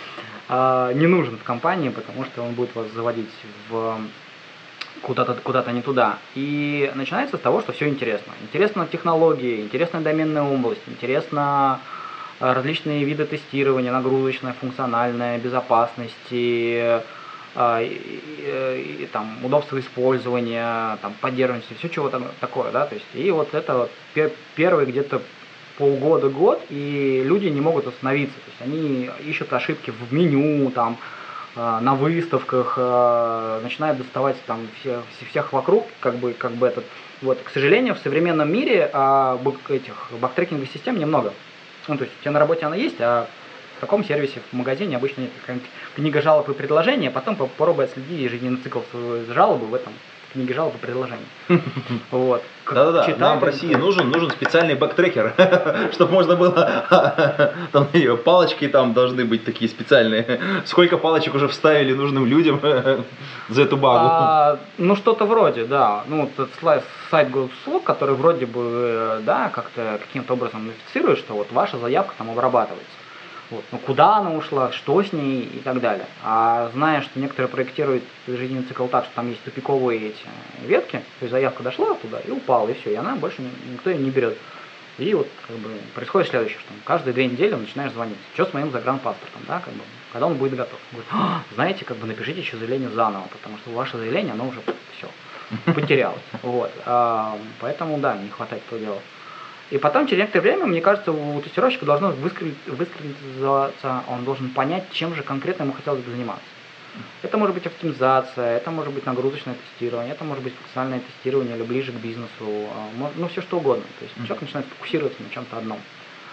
э, не нужен в компании, потому что он будет вас заводить в куда-то куда-то не туда. И начинается с того, что все интересно. Интересно технологии, интересна доменная область, интересно э, различные виды тестирования, нагрузочная, функциональная, безопасности, э, и, и, и, там, удобство использования, там, поддерживаемости, все чего там такое, да, то есть, и вот это вот пер, первые где-то полгода-год, и люди не могут остановиться, то есть они ищут ошибки в меню, там, на выставках, начинают доставать там всех, всех вокруг, как бы, как бы этот. Вот, к сожалению, в современном мире а, этих бактрекинговых систем немного. Ну, то есть у тебя на работе она есть, а в таком сервисе в магазине обычно нет. Книга жалоб и предложений, а потом попробуй отследи жизненный цикл жалобы в этом книге жалоб и предложений. Вот. Да-да-да, нам в России нужен, нужен специальный бэктрекер, чтобы можно было, там палочки там должны быть такие специальные. Сколько палочек уже вставили нужным людям за эту багу? А, ну, что-то вроде, да. Ну, этот сайт госуслуг, который вроде бы, да, как-то каким-то образом нотифицирует, что вот ваша заявка там обрабатывается. Вот. Ну, куда она ушла, что с ней и так далее. А зная, что некоторые проектируют жизненный цикл так, что там есть тупиковые эти ветки, то есть заявка дошла туда и упала, и все, и она больше никто ее не берет. И вот как бы происходит следующее, что каждые две недели начинаешь звонить. Что с моим загранпаспортом, да, как бы, когда он будет готов. Он говорит, а, знаете, как бы напишите еще заявление заново, потому что ваше заявление, оно уже все, потерялось. Вот. А, поэтому, да, не хватает этого дела. И потом, через некоторое время, мне кажется, у тестировщика должно высказаться, он должен понять, чем же конкретно ему хотелось бы заниматься. Это может быть оптимизация, это может быть нагрузочное тестирование, это может быть функциональное тестирование или ближе к бизнесу, ну все что угодно. То есть человек начинает фокусироваться на чем-то одном.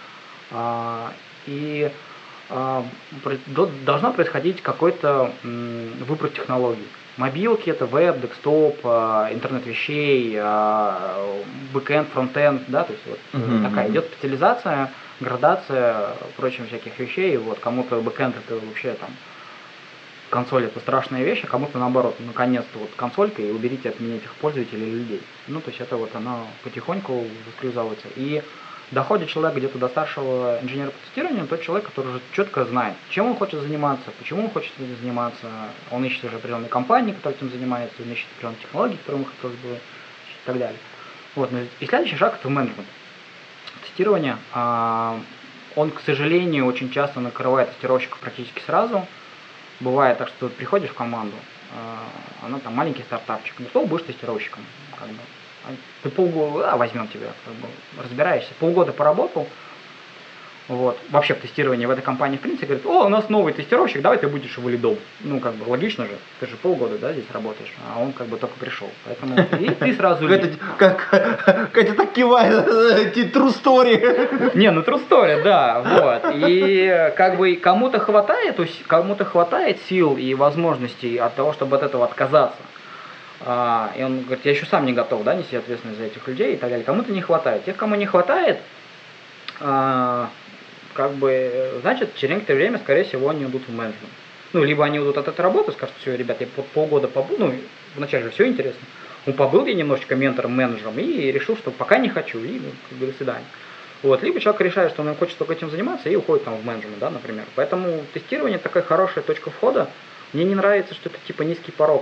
И должно происходить какой-то выбор технологий. Мобилки — это веб, десктоп, интернет вещей, бэкэнд, фронтенд, да, то есть вот uh-huh. такая идет специализация, градация, прочим всяких вещей. Вот кому-то бэкэнд — это вообще там консоль — это страшная вещь, а кому-то наоборот, наконец-то вот консолька, и уберите от меня этих пользователей и людей. Ну, то есть это вот оно потихоньку восклюзывается. И доходит человек где-то до старшего инженера по тестированию, тот человек, который уже четко знает, чем он хочет заниматься, почему он хочет этим заниматься. Он ищет уже определенные компании, которые этим занимаются, он ищет определенные технологии, которые ему хотелось бы, и так далее. Вот. И следующий шаг — это менеджмент. Тестирование. Он, к сожалению, очень часто накрывает тестировщика практически сразу. Бывает так, что приходишь в команду, она там маленький стартапчик, ну что будешь тестировщиком? Как бы. Ты полгода, а возьмем тебя, как бы, разбираешься, полгода поработал, вот, вообще в тестировании в этой компании, в принципе, говорит, о, у нас новый тестировщик, давай ты будешь его лидом. Ну, как бы, логично же, ты же полгода, да, здесь работаешь, а он как бы только пришел, поэтому и ты сразу лид. Катя так кивает, true story. Не, ну true story, да, вот, и как бы кому-то хватает, кому-то хватает сил и возможностей от того, чтобы от этого отказаться. А, и он говорит, я еще сам не готов, да, нести ответственность за этих людей и так далее. Кому-то не хватает. Тех, кому не хватает, а, как бы, значит, через некоторое время, скорее всего, они уйдут в менеджмент. Ну, либо они уйдут от этой работы, скажут, все, ребят, я полгода побыл, ну, вначале же все интересно. Он побыл я немножечко ментором, менеджером и решил, что пока не хочу, и, ну, как бы, до свидания. Вот, либо человек решает, что он хочет только этим заниматься и уходит там в менеджмент, да, например. Поэтому тестирование такая хорошая точка входа. Мне не нравится, что это типа низкий порог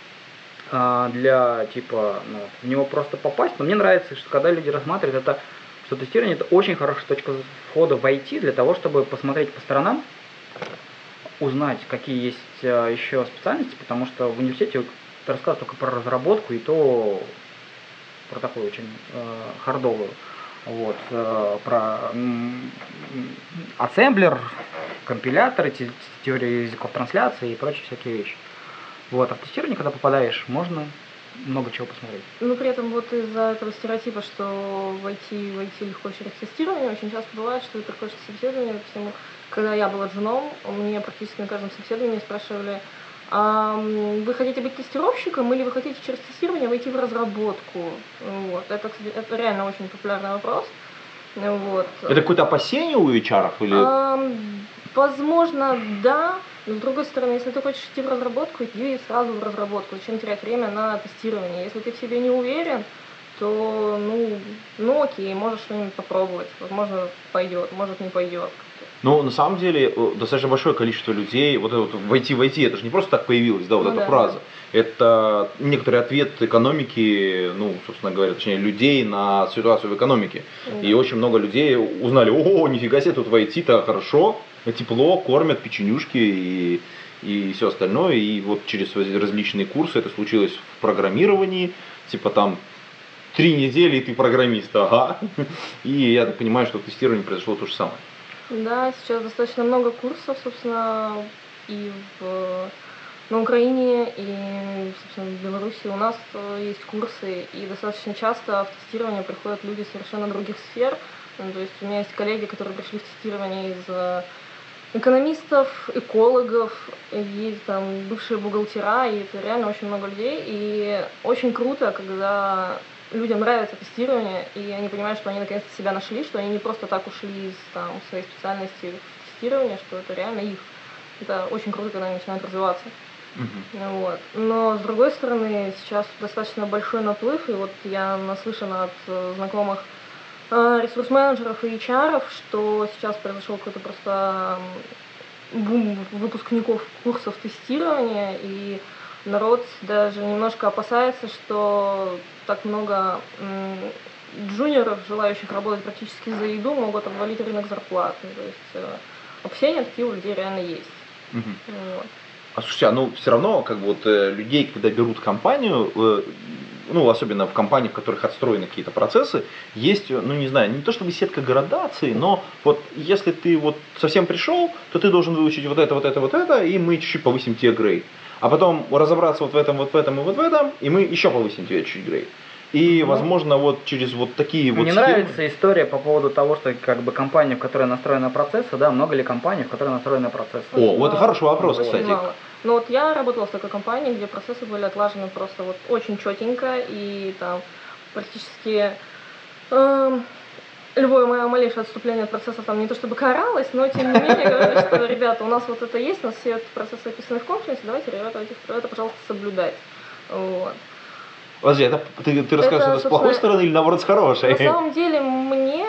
а, для типа ну, в него просто попасть. Но мне нравится, что когда люди рассматривают это, что тестирование это очень хорошая точка входа в ай ти для того, чтобы посмотреть по сторонам, узнать, какие есть а, еще специальности, потому что в университете ты рассказываешь только про разработку и то про такую очень э, хардовую. Вот, э, про м, ассемблер, компилятор, те, теория языков трансляции и прочие всякие вещи. Вот, а в тестирование, когда попадаешь, можно много чего посмотреть. Ну, при этом вот из-за этого стереотипа, что в ай ти, в ай ти легко через тестирование, очень часто бывает, что ты приходишь на собеседование, допустим, когда я была джуном, у меня практически на каждом собеседовании спрашивали, а вы хотите быть тестировщиком или вы хотите через тестирование войти в разработку? Вот. Это, кстати, это реально очень популярный вопрос. Вот. Это какое-то опасение у эйч ар или? А, возможно, да. Но с другой стороны, если ты хочешь идти в разработку, иди сразу в разработку. Зачем терять время на тестирование? Если ты в себе не уверен, то ну, ну окей, можешь что-нибудь попробовать. Возможно, пойдет, может не пойдет. Ну, на самом деле, достаточно большое количество людей, вот это вот войти в ай ти, это же не просто так появилось, да, вот ну, эта да, фраза. Да. Это некоторый ответ экономики, ну, собственно говоря, точнее, людей на ситуацию в экономике. Да. И очень много людей узнали, о, нифига себе, тут в ай ти-то хорошо, тепло, кормят, печенюшки и, и все остальное. И вот через различные курсы это случилось в программировании, типа там, три недели, и ты программист, ага. И я так понимаю, что в тестировании произошло то же самое. Да, сейчас достаточно много курсов, собственно, и в, на Украине, и, собственно, в Беларуси у нас есть курсы, и достаточно часто в тестирование приходят люди совершенно других сфер. Ну, то есть у меня есть коллеги, которые пришли в тестирование из экономистов, экологов, есть там бывшие бухгалтера, и это реально очень много людей, и очень круто, когда людям нравится тестирование, и они понимают, что они наконец-то себя нашли, что они не просто так ушли из там, своей специальности в тестирование, что это реально их. Это очень круто, когда они начинают развиваться. Uh-huh. Вот. Но с другой стороны, сейчас достаточно большой наплыв, и вот я наслышана от э, знакомых э, ресурс-менеджеров и эйч ар, что сейчас произошел какой-то просто бум выпускников курсов тестирования, и народ даже немножко опасается, что так много м, джуниоров, желающих работать практически за еду, могут обвалить рынок зарплат. То есть э, опасения такие у людей реально есть. Угу. Вот. А слушайте, а ну все равно, как бы вот э, людей, когда берут компанию, э, ну особенно в компаниях, в которых отстроены какие-то процессы, есть, ну не знаю, не то чтобы сетка градаций, но вот если ты вот совсем пришел, то ты должен выучить вот это, вот это, вот это, и мы чуть-чуть повысим тебе грейд. А потом разобраться вот в этом, вот в этом и вот в этом, и мы еще повысим тебе чуть-чуть грейд. И, ну, возможно, вот через вот такие вот мне схемы... нравится история по поводу того, что как бы компания, в которой настроена процессы, да, много ли компаний, в которой настроены процессы? О, вот это хороший вопрос, Очень кстати. мало. Но вот я работала в такой компании, где процессы были отлажены просто вот очень четенько, и там практически э, любое мое малейшее отступление от процесса там не то чтобы каралось, но тем не менее говорили, что, ребята, у нас вот это есть, у нас все процессы описаны в конференции, давайте, ребята, это, пожалуйста, соблюдать. Вот. Подожди, это ты, ты расскажешь это, это с плохой стороны или наоборот с хорошей? На самом деле мне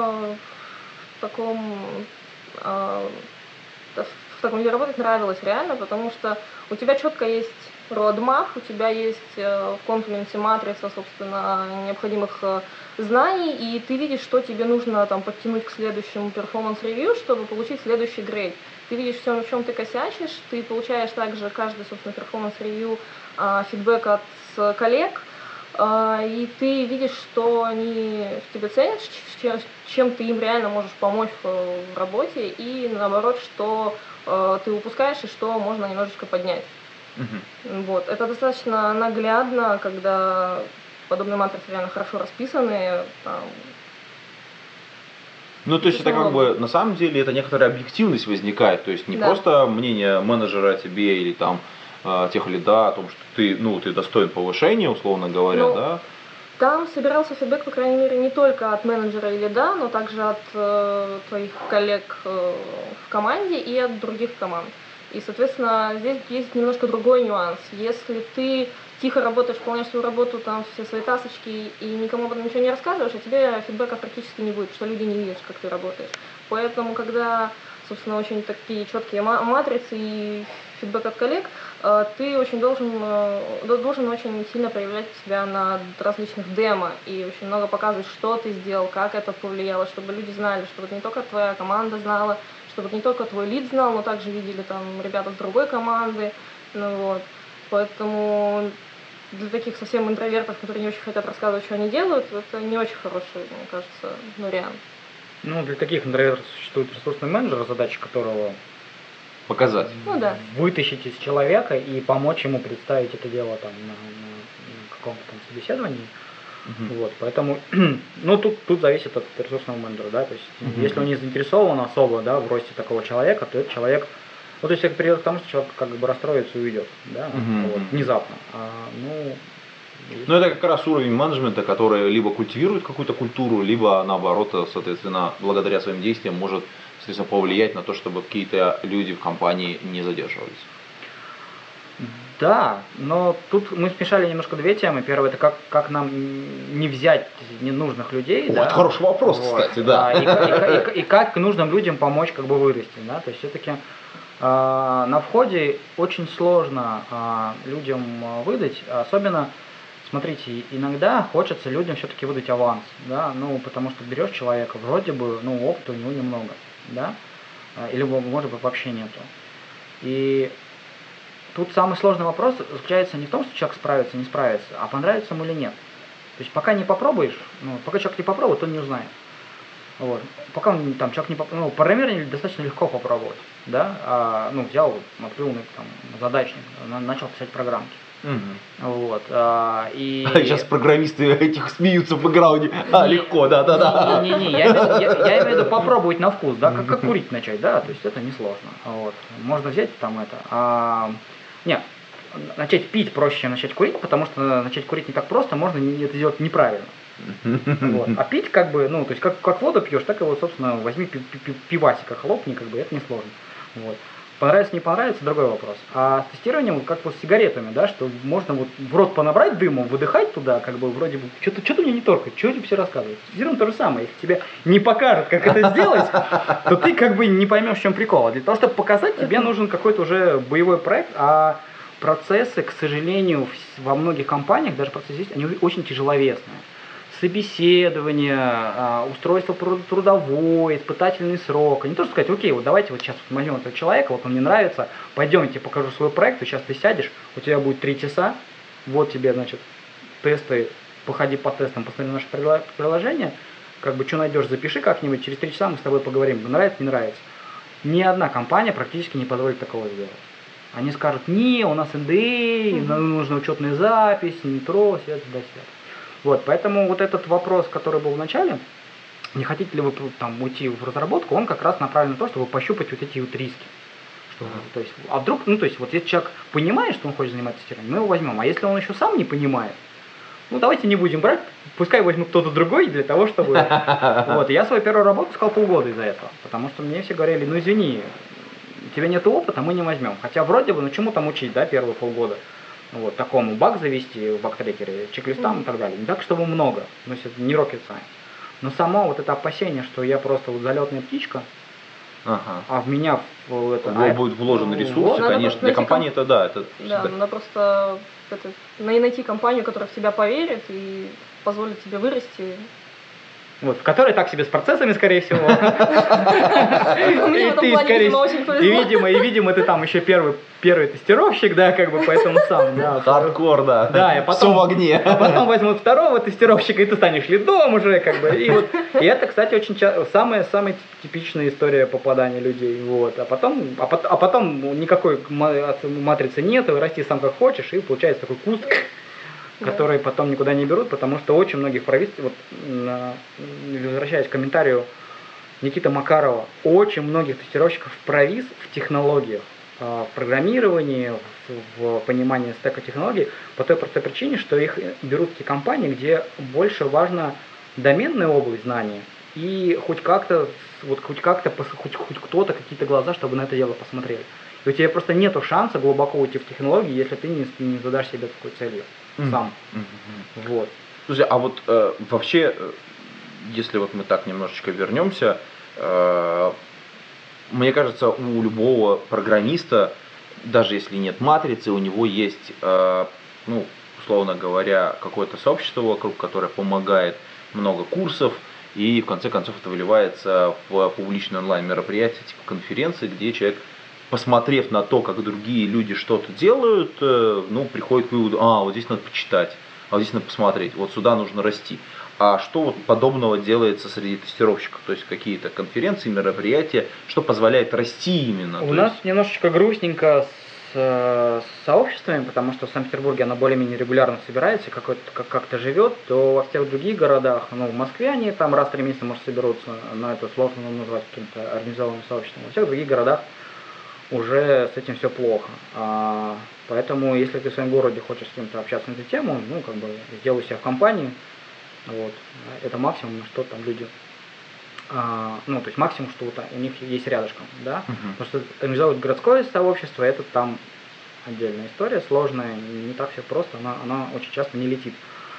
в таком, в таком виде работать нравилось реально, потому что у тебя четко есть roadmap, у тебя есть в конференции матрица, собственно, необходимых знаний, и ты видишь, что тебе нужно там подтянуть к следующему перформанс-ревью, чтобы получить следующий грейд. Ты видишь все, в чем ты косячишь, ты получаешь также каждый, собственно, перформанс-ревью фидбэк от коллег, и ты видишь, что они в тебе ценят, чем ты им реально можешь помочь в работе, и наоборот, что ты упускаешь и что можно немножечко поднять. Uh-huh. Вот. Это достаточно наглядно, когда подобные матрицы реально хорошо расписаны. Там, ну, то есть это как бы, на самом деле, это некоторая объективность возникает, то есть не да. просто мнение менеджера о тебе или там тех лида о том, что ты, ну, ты достоин повышения, условно говоря, ну, да? Там собирался фидбэк, по крайней мере, не только от менеджера или лида, но также от э, твоих коллег э, в команде и от других команд. И, соответственно, здесь есть немножко другой нюанс. Если ты тихо работаешь, выполняешь свою работу, там все свои тасочки, и никому об этом ничего не рассказываешь, а тебе фидбэка практически не будет, что люди не видят, как ты работаешь. Поэтому, когда, собственно, очень такие четкие матрицы и фидбэк от коллег, ты очень должен, должен очень сильно проявлять себя на различных демо и очень много показывать, что ты сделал, как это повлияло, чтобы люди знали, чтобы не только твоя команда знала, чтобы не только твой лид знал, но также видели там ребята с другой команды. Ну, вот. Поэтому для таких совсем интровертов, которые не очень хотят рассказывать, что они делают, это не очень хороший, мне кажется, вариант. Ну, для таких интровертов существует ресурсный менеджер, задача которого показать. Ну, да. Вытащить из человека и помочь ему представить это дело там на, на, на каком-то там собеседовании. Uh-huh. Вот, поэтому, ну, тут, тут зависит от ресурсного менеджера, да, то есть, uh-huh. если он не заинтересован особо, да, в росте такого человека, то этот человек, ну, то есть, это приведет к тому, что человек как бы расстроится и уйдет, да, uh-huh. вот, внезапно, а, ну... Ну, это как раз уровень менеджмента, который либо культивирует какую-то культуру, либо, наоборот, соответственно, благодаря своим действиям может, соответственно, повлиять на то, чтобы какие-то люди в компании не задерживались. Да, но тут мы смешали немножко две темы. Первое, это как, как нам не взять ненужных людей. Вот, да? Хороший вопрос, вот. Кстати, да. И, и, и, и, и как нужным людям помочь как бы вырасти. Да? То есть все-таки э, на входе очень сложно э, людям выдать, особенно, смотрите, иногда хочется людям все-таки выдать аванс, да, ну, потому что берешь человека, вроде бы, ну, опыта у него немного, да, или, может быть, вообще нету. И тут самый сложный вопрос заключается не в том, что человек справится, не справится, а понравится ему или нет. То есть пока не попробуешь, ну, пока человек не попробует, он не узнает. Вот. Пока он, там, человек не попробует, ну, программирование достаточно легко попробовать, да, а, ну, взял, открыл там, задачник, начал писать программки. Угу. Вот, а, и... Сейчас программисты этих смеются в бэкграунде. А, не, легко, да, да, да. Не-не-не, я, я, я имею в виду попробовать на вкус, да, как, как курить начать, да, то есть это несложно. Вот. Можно взять там это. А, нет, начать пить проще, чем начать курить, потому что начать курить не так просто, можно это сделать неправильно. Вот. А пить как бы, ну, то есть как, как воду пьешь, так и вот, собственно, возьми пивасика, хлопни, как бы, это несложно. Вот. Понравится, не понравится, другой вопрос. А с тестированием, как вот с сигаретами, да, что можно вот в рот понабрать дымом, выдыхать туда, как бы вроде бы, что-то, что-то мне не торкает, что тебе все рассказывают. С тестированием то же самое, если тебе не покажут, как это сделать, то ты как бы не поймешь, в чем прикол. Для того, чтобы показать, тебе нужен какой-то уже боевой проект, а процессы, к сожалению, во многих компаниях, даже процессы есть, они очень тяжеловесные. Собеседование, устройство трудовое, испытательный срок. Не то, что сказать, окей, вот давайте вот сейчас вот возьмем этого человека, вот он мне нравится, пойдем, я тебе покажу свой проект, вот сейчас ты сядешь, у тебя будет три часа, вот тебе, значит, тесты, походи по тестам, посмотри наше приложение, как бы что найдешь, запиши как-нибудь, через три часа мы с тобой поговорим, нравится, не нравится. Ни одна компания практически не позволит такого сделать. Они скажут, не, у нас эн дэ эй, нам нужна учетная запись, метро, свет, да, свет. Вот, поэтому вот этот вопрос, который был в начале, не хотите ли вы там уйти в разработку, он как раз направлен на то, чтобы пощупать вот эти вот риски. Что, mm-hmm. то есть, а вдруг, ну то есть, вот если человек понимает, что он хочет заниматься тестированием, мы его возьмем. А если он еще сам не понимает, ну давайте не будем брать, пускай возьмет кто-то другой для того, чтобы... Вот, я свою первую работу искал полгода из-за этого, потому что мне все говорили, ну извини, у тебя нет опыта, мы не возьмем. Хотя вроде бы, ну чему там учить, да, первые полгода. Вот, такому баг завести в бактрекере, чек-листам mm-hmm. и так далее. Не так, чтобы много, но это не rocket science. Но само вот это опасение, что я просто вот залетная птичка, ага. а в меня в это... А, будут вложены ресурсы, надо конечно, для компании комп... это да. Это да, надо просто это, найти компанию, которая в тебя поверит и позволит тебе вырасти. Вот, в которой так себе с процессами, скорее всего. Мне в этом плане, видимо, очень повезло. И, видимо, и, видимо, ты там еще первый, первый тестировщик, да, как бы, поэтому сам, да. Хардкор, да. Да, и потом, все в огне. А потом возьмут второго тестировщика, и ты станешь лидом уже, как бы. И, вот, и это, кстати, очень часто, самая, самая типичная история попадания людей. Вот. А, потом, а, потом, а потом никакой матрицы нету, и расти сам как хочешь, и получается такой куст, которые потом никуда не берут, потому что очень многих правительств, вот, на, возвращаясь к комментарию Никиты Макарова, очень многих тестировщиков провис в технологиях, в программировании, в, в понимании стека технологий, по той простой причине, что их берут в те компании, где больше важна доменная область знаний и хоть как-то, вот хоть как-то, хоть, хоть кто-то, какие-то глаза, чтобы на это дело посмотрели. И у тебя просто нету шанса глубоко уйти в технологии, если ты не, не задашь себе такой целью Мгм. сам. Мгм. Вот. Слушай, а вот э, вообще, э, если вот мы так немножечко вернемся, э, мне кажется, у любого программиста, даже если нет матрицы, у него есть, э, ну, условно говоря, какое-то сообщество вокруг, которое помогает, много курсов, и в конце концов это выливается в публичные онлайн-мероприятия, типа конференции, где человек, посмотрев на то, как другие люди что-то делают, э, ну, приходит к выводу, а, вот здесь надо почитать, а вот здесь надо посмотреть, вот сюда нужно расти. А что вот подобного делается среди тестировщиков? То есть какие-то конференции, мероприятия, что позволяет расти именно? У То нас есть- немножечко грустненько с, э, с сообществами, потому что в Санкт-Петербурге оно более-менее регулярно собирается, какой-то- как- как-то живет, то во всех других городах, ну, в Москве они там раз в три месяца, может, соберутся, но это сложно назвать каким-то организованным сообществом. Во всех других городах уже с этим все плохо. А, поэтому, если ты в своем городе хочешь с кем-то общаться на эту тему, ну, как бы, сделай себя в компании, вот, это максимум, на что там люди, а, ну, то есть максимум, что вот у них есть рядышком, да, Мгм. потому что организовывать городское сообщество, это там отдельная история, сложная, не так все просто, она, она очень часто не летит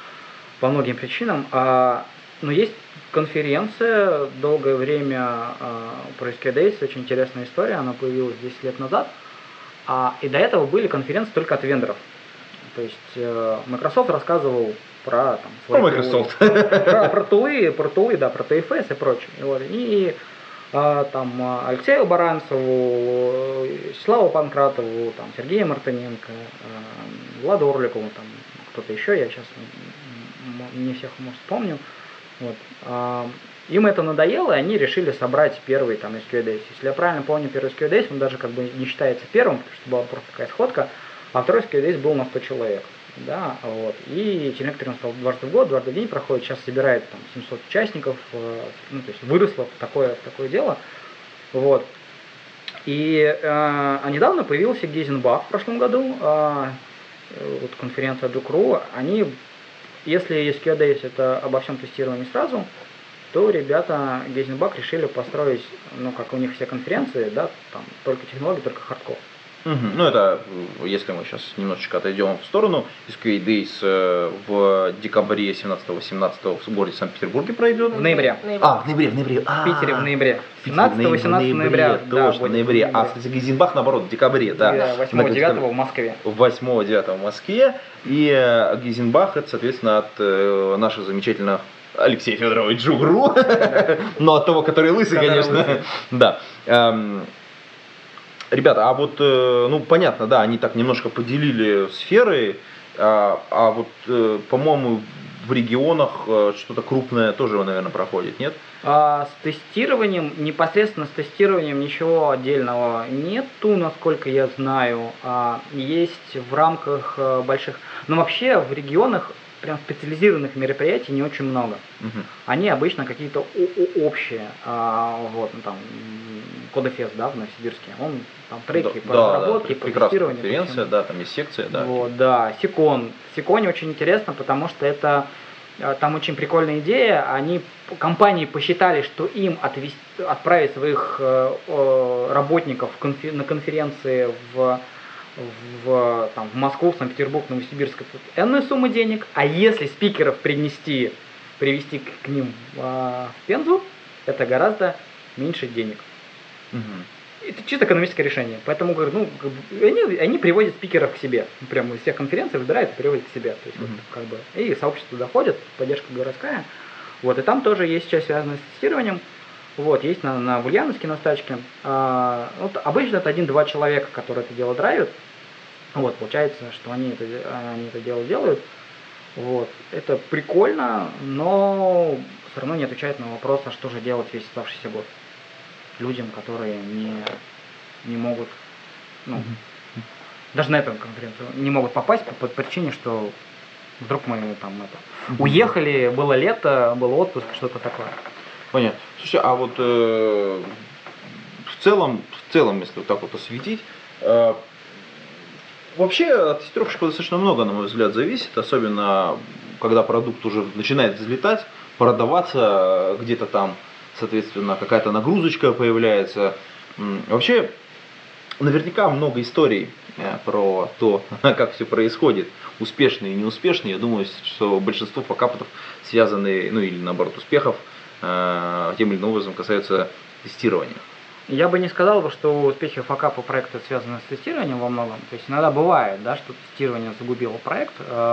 по многим причинам. А, но есть конференция, долгое время а, про эс кью эл Days, очень интересная история, она появилась десять лет назад, а, и до этого были конференции только от вендоров. То есть э, Microsoft рассказывал про, там, Про свои Microsoft. тулы, про, про тулы, про тулы, да, про ти эф эс и прочее. Вот. И а, там а, Алексею Баранцеву, Вячеславу Панкратову, там, Сергею Мартыненко, а, Владу Орликову, там, кто-то еще, я сейчас м- м- не всех, может, помню. Вот. А, им это надоело, и они решили собрать первый там эс кью эл Days. Если я правильно помню, первый эс кью эл Days, он даже как бы не считается первым, потому что была просто такая сходка, а второй эс кью эл Days был на сто человек. Да, вот. И через некоторое он стал дважды в год, дважды в день проходит, сейчас собирает там семьсот участников, э, ну, то есть выросло в такое, в такое дело. Вот. И э, а недавно появился Гейзенбах в прошлом году, э, вот конференция Дукру. Они, если эс кью эл Days это обо всем тестировании сразу, то ребята Гейзенбах решили построить, ну, как у них все конференции, да, там только технологии, только хардкор. Мгм. Ну, это, э, если мы сейчас немножечко отойдем в сторону, эс кью эл Days э, в декабре семнадцатого-восемнадцатого в городе Санкт-Петербурге пройдет. В ноябре. А, в ноябре, в ноябре. В Питере в ноябре. В Питере в ноябре, семнадцатого-восемнадцатого ноября. Точно, в будет ноябре. в А, кстати, Гейзенбах, наоборот, в декабре, да. восьмого-девятого в Москве. восьмого-девятого в Москве. И э, Гейзенбах, это, соответственно, от э, нашего замечательного Алексея Федоровича Джугру, но от того, который лысый, Который конечно. лысый. Да. Эм, Ребята, а вот, э, ну, понятно, да, они так немножко поделили сферы, а, а вот, э, по-моему, в регионах э, что-то крупное тоже, наверное, проходит, нет? А с тестированием, непосредственно с тестированием ничего отдельного нету, насколько я знаю. А, есть в рамках э, больших... Но вообще в регионах прям специализированных мероприятий не очень много. Мгм. Они обычно какие-то о- о- общие. А, вот, ну, там, м, Кодефест, да, в Новосибирске. Он там треки по Да, разработке, да, по прекрасная тестированию. по конференция, всему. да, там есть секция, да. Вот, да, Секон. В Секоне очень интересно, потому что это э, там очень прикольная идея. Они, компании посчитали, что им отвести, отправить своих э, э, работников в конфе- на конференции в, в, там, в Москву, в Санкт-Петербург, Новосибирск, это энная сумма денег. А если спикеров принести, привести к, к ним э, в Пензу, это гораздо меньше денег. Мгм. Это чисто экономическое решение. Поэтому, говорю, ну, как бы, они, они приводят спикеров к себе. Прямо из всех конференций выбирают и приводят к себе. То есть, вот, Мгм. как бы, и сообщество доходит, поддержка городская. Вот, и там тоже есть часть, связанная с тестированием. Вот, есть на, на в Ульяновске, на стачке. А, вот, обычно это один-два человека, которые это дело драйвят. Вот, получается, что они это, они это дело делают. Вот, это прикольно, но все равно не отвечает на вопрос, а что же делать весь оставшийся год людям, которые не, не могут, ну, даже на эту конференцию не могут попасть по, по причине, что вдруг мы там это, уехали, было лето, был отпуск, что-то такое. Понятно. Слушай, а вот э, в целом, в целом, если вот так вот осветить, э, вообще от тестировщиков достаточно много, на мой взгляд, зависит, особенно когда продукт уже начинает взлетать, продаваться где-то там соответственно, какая-то нагрузочка появляется. Вообще, наверняка много историй про то, как все происходит, успешные и неуспешные. Я думаю, что большинство факапов связаны, ну или наоборот успехов, тем или иным образом касаются тестирования. Я бы не сказал, что успехи факапа проекта связаны с тестированием во многом. То есть иногда бывает, да, что тестирование загубило проект.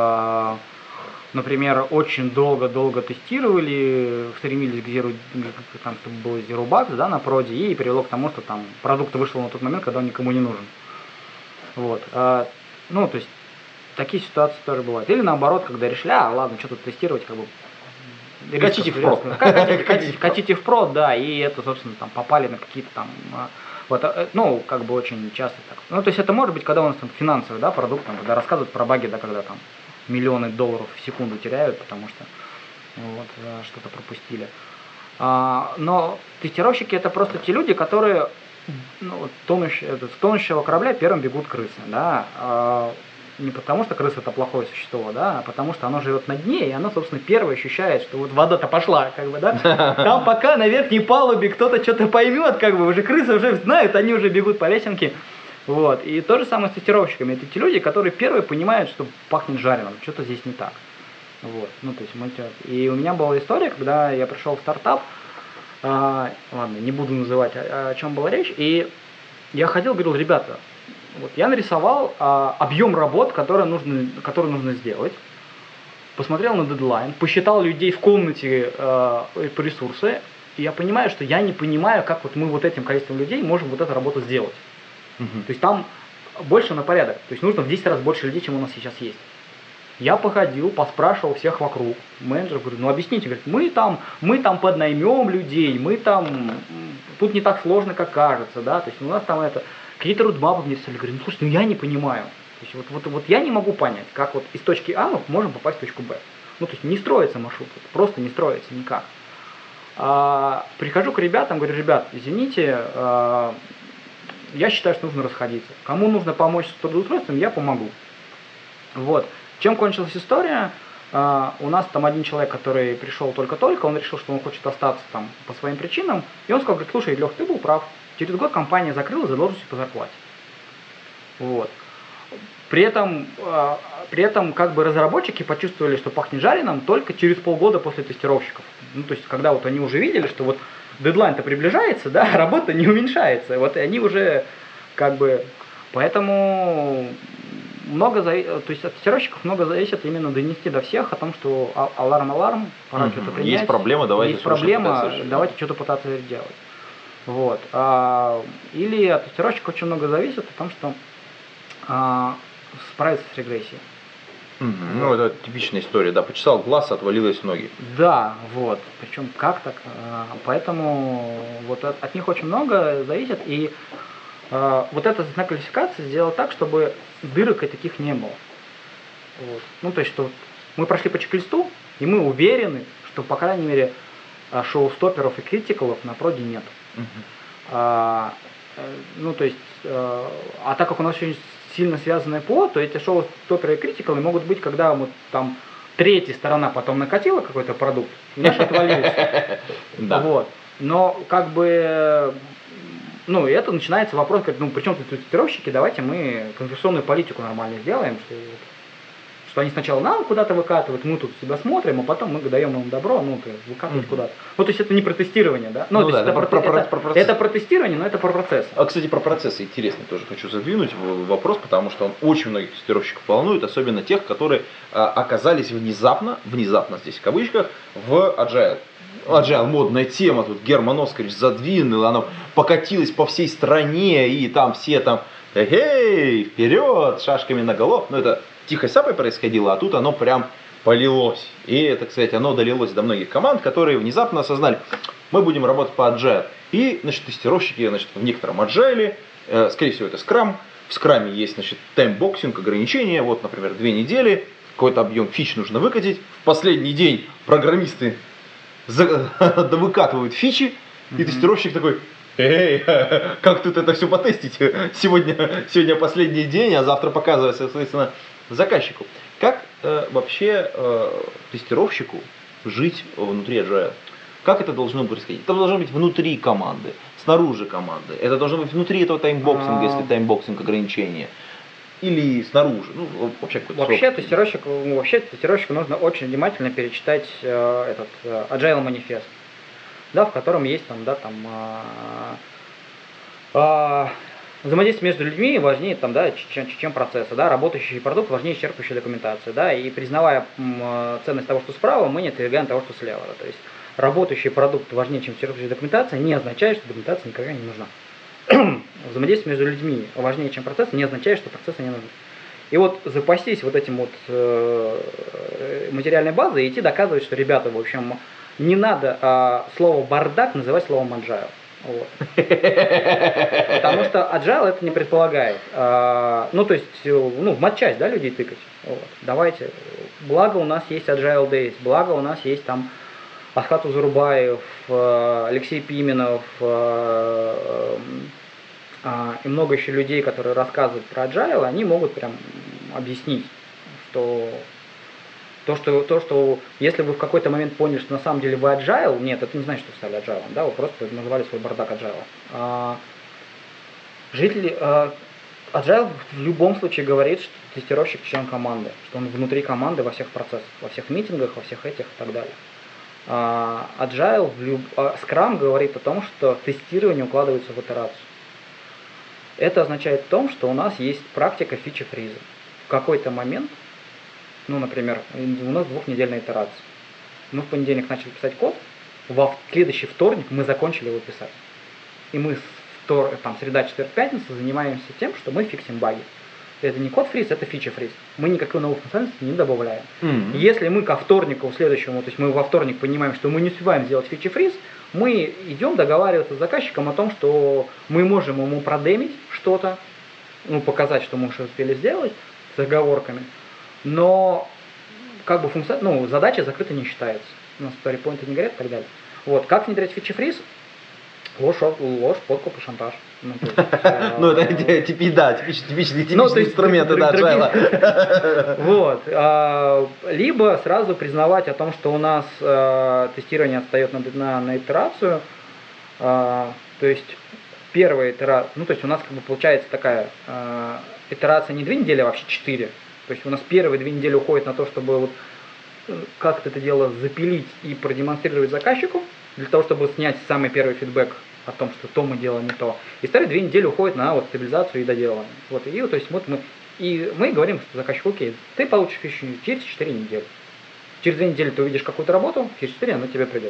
Например, очень долго-долго тестировали, стремились к zero, там, чтобы было zero bugs, да, на проде, и привело к тому, что там продукт вышел на тот момент, когда он никому не нужен. Вот. Ну, то есть такие ситуации тоже бывают. Или наоборот, когда решили, а, ладно, что тут тестировать, как бы Катите в прод. Катите, катите, катите в прод, да, и это, собственно, там попали на какие-то там, вот, ну, как бы очень часто так. Ну, то есть это может быть, когда у нас там финансовый, да, продукт, там, когда рассказывают про баги, да, когда там миллионы долларов в секунду теряют, потому что вот, что-то пропустили. А, но тестировщики это просто те люди, которые, ну, тонущие, с тонущего корабля первым бегут крысы, да, а, не потому что крыса это плохое существо, да, а потому что оно живет на дне, и оно, собственно, первое ощущает, что вот вода-то пошла, как бы, да, там пока на верхней палубе кто-то что-то поймет, как бы, уже крысы уже знают, они уже бегут по лесенке, вот, и то же самое с тестировщиками, это те люди, которые первые понимают, что пахнет жареным, что-то здесь не так, вот, ну, то есть, мы, и у меня была история, когда я пришел в стартап, а, ладно, не буду называть, о, о чем была речь, и я ходил, говорил, ребята, вот, я нарисовал а, объем работ, которые нужно, которые нужно сделать, посмотрел на дедлайн, посчитал людей в комнате а, по ресурсы, и я понимаю, что я не понимаю, как вот мы вот этим количеством людей можем вот эту работу сделать. Угу. То есть там больше на порядок, то есть нужно в десять раз больше людей, чем у нас сейчас есть. Я походил, поспрашивал всех вокруг, менеджер говорит, ну объясните, говорит, мы там, мы там поднаймем людей, мы там, тут не так сложно, как кажется, да, то есть у нас там это... Какие-то рудмапы мне стали говорить, ну слушай, ну я не понимаю. То есть вот, вот, вот я не могу понять, как вот из точки А мы можем попасть в точку Б. Ну то есть не строится маршрут, просто не строится никак. А, прихожу к ребятам, говорю, ребят, извините, а, я считаю, что нужно расходиться. Кому нужно помочь с трудоустройством, я помогу. Вот. Чем кончилась история? А, у нас там один человек, который пришел только-только, он решил, что он хочет остаться там по своим причинам. И он сказал, говорит, слушай, Лех, ты был прав. Через год компания закрылась задолженностью по зарплате. Вот. При этом, э, при этом как бы разработчики почувствовали, что пахнет жареным только через полгода после тестировщиков. Ну, то есть, когда вот они уже видели, что вот дедлайн-то приближается, да, работа не уменьшается. Вот и они уже как бы... Поэтому много зави... то есть от тестировщиков много зависит именно донести до всех о том, что аларм-аларм, пора mm-hmm. что-то принять. Есть проблема, давайте Есть проблема, давайте что-то пытаться делать. Вот. А, или от тестировщика очень много зависит о том, что а, справиться с регрессией. Mm-hmm. Ну, это типичная история, да, почесал глаз, отвалилось ноги. Да, вот, причем как так, а, поэтому вот от, от них очень много зависит, и а, вот эта знак квалификации сделала так, чтобы дырок и таких не было. Вот. Ну, то есть, что мы прошли по чек-листу, и мы уверены, что, по крайней мере, шоу-стоперов и критикалов на проде нет. Uh-huh. А, ну, то есть, а, а так как у нас очень сильно связанное ПО, то эти шоу-стоперы и критикалы могут быть, когда вот там третья сторона потом накатила какой-то продукт, и наш отвалился. Вот. Но как бы, ну, и это начинается вопрос, говорит, ну, при чем тут тестировщики, давайте мы конверсионную политику нормально сделаем, что что они сначала нам куда-то выкатывают, мы тут себя смотрим, а потом мы даем им добро, ну, то есть выкатывать mm-hmm. куда-то. Ну, то есть это не про тестирование, да? Ну, ну да, это, это, про, про, это, про, это, про это про тестирование, но это про процесс. А, кстати, про процессы интересно тоже хочу задвинуть вопрос, потому что он очень многих тестировщиков волнует, особенно тех, которые а, оказались внезапно, внезапно здесь в кавычках, в Agile. Agile модная тема, тут Герман Оскарович задвинул, она покатилась по всей стране, и там все там, эй, вперед, шашками наголо, ну это тихой сапой происходило, а тут оно прям полилось. И это, кстати, оно долилось до многих команд, которые внезапно осознали, мы будем работать по Agile. И, значит, тестировщики, значит, в некотором Agile, э, скорее всего, это Scrum, в Scrum есть, значит, таймбоксинг, ограничения, вот, например, две недели, какой-то объем фич нужно выкатить, в последний день программисты выкатывают фичи, и тестировщик такой, эй, как тут это все потестить? Сегодня, сегодня последний день, а завтра показывается, соответственно, заказчику. Как э, вообще э, тестировщику жить внутри Agile? Как это должно происходить? Это должно быть внутри команды, снаружи команды. Это должно быть внутри этого таймбоксинга, если таймбоксинг ограничение. Или снаружи. Ну, вообще какой-то Вообще, срок. тестировщику, вообще тестировщику нужно очень внимательно перечитать э, этот э, Agile манифест, да, в котором есть там, да, там э, э, взаимодействие между людьми важнее там, да, чем, чем процессы, да, работающий продукт важнее исчерпывающей документации, да, и признавая м, ценность того, что справа, мы не отвергаем того, что слева, да, то есть работающий продукт важнее, чем исчерпывающая документация, не означает, что документация никогда не нужна. Взаимодействие между людьми важнее, чем процессы, не означает, что процессы не нужны. И вот запастись вот этим вот э, материальной базой и идти доказывать, что, ребята, в общем, не надо э, слово бардак называть словом agile. Вот. Потому что agile это не предполагает. Э, ну, то есть, ну, в матчасть, да, людей тыкать. Вот. Давайте. Благо у нас есть Agile Days, благо у нас есть там Асхат Узурбаев, Алексей Пименов и много еще людей, которые рассказывают про Agile, они могут прям объяснить, что то, что, то, что если вы в какой-то момент поняли, что на самом деле вы Agile, нет, это не значит, что вы стали Agile, да, вы просто называли свой бардак Agile. Жители Agile в любом случае говорит, что тестировщик член команды, что он внутри команды во всех процессах, во всех митингах, во всех этих и так далее. Agile, Scrum говорит о том, что тестирование укладывается в итерацию. Это означает в том, что у нас есть практика фичи-фриза. В какой-то момент, ну, например, у нас двухнедельная итерация. Мы в понедельник начали писать код, во следующий вторник мы закончили его писать. И мы втор, там, среда, четверг, пятница занимаемся тем, что мы фиксим баги. Это не код-фриз, это фича-фриз. Мы никакой новой функциональности не добавляем. Mm-hmm. Если мы ко вторнику следующему, то есть мы во вторник понимаем, что мы не успеваем сделать фича-фриз, мы идем договариваться с заказчиком о том, что мы можем ему продемить что-то, ну, показать, что мы уже успели сделать с оговорками, но как бы функция, ну, задача закрыта не считается. У нас сторипоинты не горят и так далее. Вот. Как внедрять фича-фриз? Ложь, ложь, подкуп и шантаж. Ну, ну это типичный, да, типичный инструмент, да, Agile. Вот. Либо сразу признавать о том, что у нас тестирование отстает на итерацию. То есть первая итерация, ну то есть у нас как бы получается такая итерация не две недели, а вообще четыре. То есть у нас первые две недели уходят на то, чтобы вот как-то это дело запилить и продемонстрировать заказчику, для того, чтобы снять самый первый фидбэк о том, что то мы делаем не то. И вторые две недели уходят на вот стабилизацию и доделывание. Вот, и то есть вот мы, и мы говорим заказчику, окей, ты получишь фичу через четыре недели. Через две недели ты увидишь какую-то работу, через четыре она тебе придет.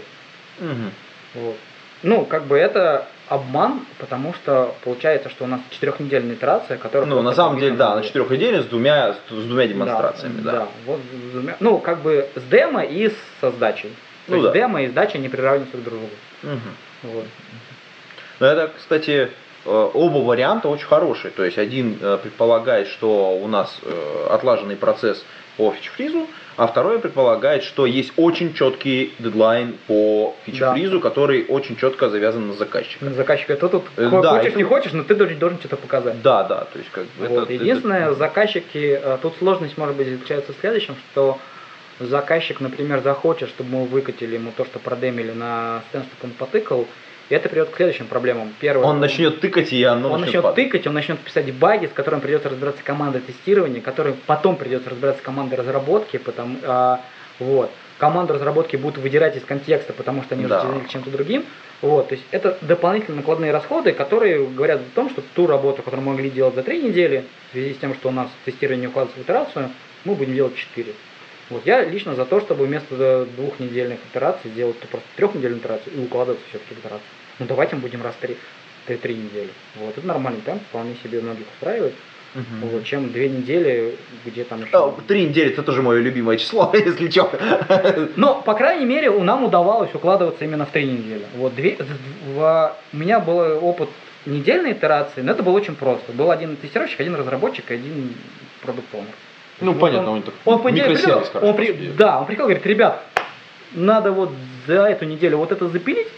Угу. Вот. Ну, как бы это обман, потому что получается, что у нас четырехнедельная итерация, которая... Ну, на самом деле, да, на четырех неделях с двумя, с, с двумя демонстрациями, да. Да, да вот с двумя, ну, как бы с демо и со сдачей. То ну, есть да. Демо и сдача не приравниваются друг к другу. Угу. Вот. Ну, это, кстати, оба варианта очень хорошие. То есть один предполагает, что у нас отлаженный процесс по фичфризу, а второй предполагает, что есть очень четкий дедлайн по фичфризу, да. который очень четко завязан на заказчика. На заказчика. Это тут да, хочешь, это... не хочешь, но ты должен, должен что-то показать. Да, да. То есть, как бы вот. это, Единственное, это... заказчики, тут сложность может быть заключается в следующем, что заказчик, например, захочет, чтобы мы выкатили ему то, что продемили на стенд, чтобы он потыкал, и это приведет к следующим проблемам. Первое, он начнет тыкать, и оно он начнет начнет тыкать, он начнет писать баги, с которыми придется разбираться команда тестирования, которой потом придется разбираться команда разработки, потому, а, вот. Команду разработки будут выдирать из контекста, потому что они да. уже занялись чем-то другим. Вот. То есть это дополнительные накладные расходы, которые говорят о том, что ту работу, которую мы могли делать за три недели, в связи с тем, что у нас тестирование не укладывается в итерацию, мы будем делать четыре. Вот. Я лично за то, чтобы вместо двухнедельных итераций сделать просто трехнедельную итерацию и укладываться все-таки в итерацию. Ну давайте мы будем раз три, три, три недели. Вот. Это нормальный темп, вполне себе многих устраивает. Uh-huh. Вот. Чем две недели, где там еще... Oh, три недели это тоже мое любимое число, если что. Но, по крайней мере, у нам удавалось укладываться именно в три недели. Вот. Две, в, у меня был опыт недельной итерации, но это было очень просто. Был один тестировщик, один разработчик и один продукт-оунер. Ну, вот понятно, он, он, он микросервис, он при, Да, он приходил и говорит, ребят, надо вот за эту неделю вот это запилить,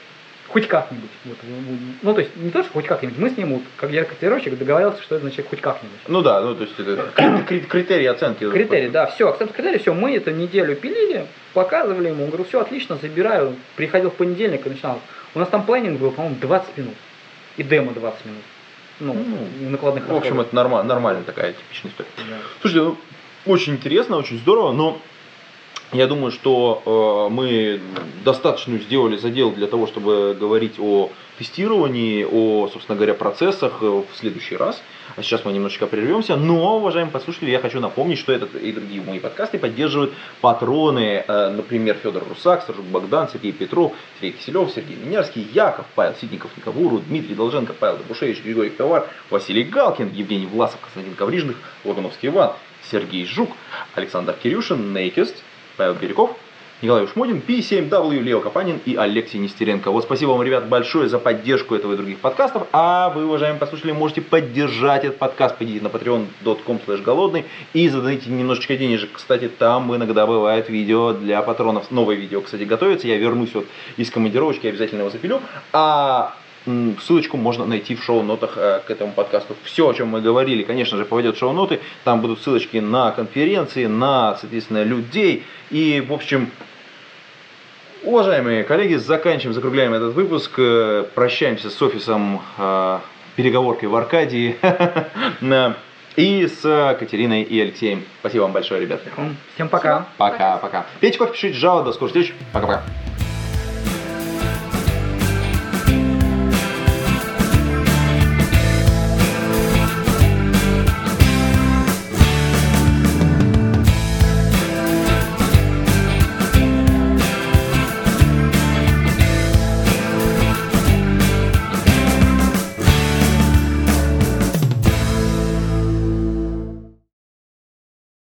хоть как-нибудь. Вот, ну, то есть, не то, что хоть как-нибудь, мы с ним, вот, как директор-котировщик, договаривался, что это значит хоть как-нибудь. Ну да, ну то есть это кри- кри- критерии оценки. Критерий, да, все, акцепт критерий, все, мы это неделю пилили, показывали ему, говорю, все отлично, забираю. Приходил в понедельник и начинал. У нас там планинг был, по-моему, двадцать минут. И демо двадцать минут. Ну, Ну, накладных В общем, расходов. это норма- нормальная такая типичная история. Да. Слушайте, ну, очень интересно, очень здорово, но я думаю, что э, мы достаточно сделали задел для того, чтобы говорить о тестировании, о, собственно говоря, процессах э, в следующий раз. А сейчас мы немножечко прервемся. Но, уважаемые послушатели, я хочу напомнить, что этот и другие мои подкасты поддерживают патроны, э, например, Федор Русак, Сержук Богдан, Сергей Петров, Сергей Киселев, Сергей Минярский, Яков, Павел Ситников, Никовуру, Дмитрий Долженко, Павел Добушевич, Григорий Ковар, Василий Галкин, Евгений Власов, Константин Коврижных, Лагуновский Иван, Сергей Жук, Александр Кирюшин, Нейкест, Павел Бирюков, Николай Ушмодин, пи семь дабл ю, Лео Капанин и Алексей Нестеренко. Вот спасибо вам, ребят, большое за поддержку этого и других подкастов. А вы, уважаемые послушатели, можете поддержать этот подкаст. Пойдите на patreon точка com слэш голодный и задайте немножечко денежек. Кстати, там иногда бывает видео для патронов. Новое видео, кстати, готовится. Я вернусь вот из командировочки, обязательно его запилю. А ссылочку можно найти в шоу-нотах к этому подкасту. Все, о чем мы говорили, конечно же, попадет в шоу-ноты. Там будут ссылочки на конференции, на, соответственно, людей. И, в общем, уважаемые коллеги, заканчиваем, закругляем этот выпуск. Прощаемся с офисом переговоркой в Аркадии и с Катериной и Алексеем. Спасибо вам большое, ребята. Всем пока. Пока-пока. Пейте кофе, пишите жалобы. До скорых встреч. Пока-пока.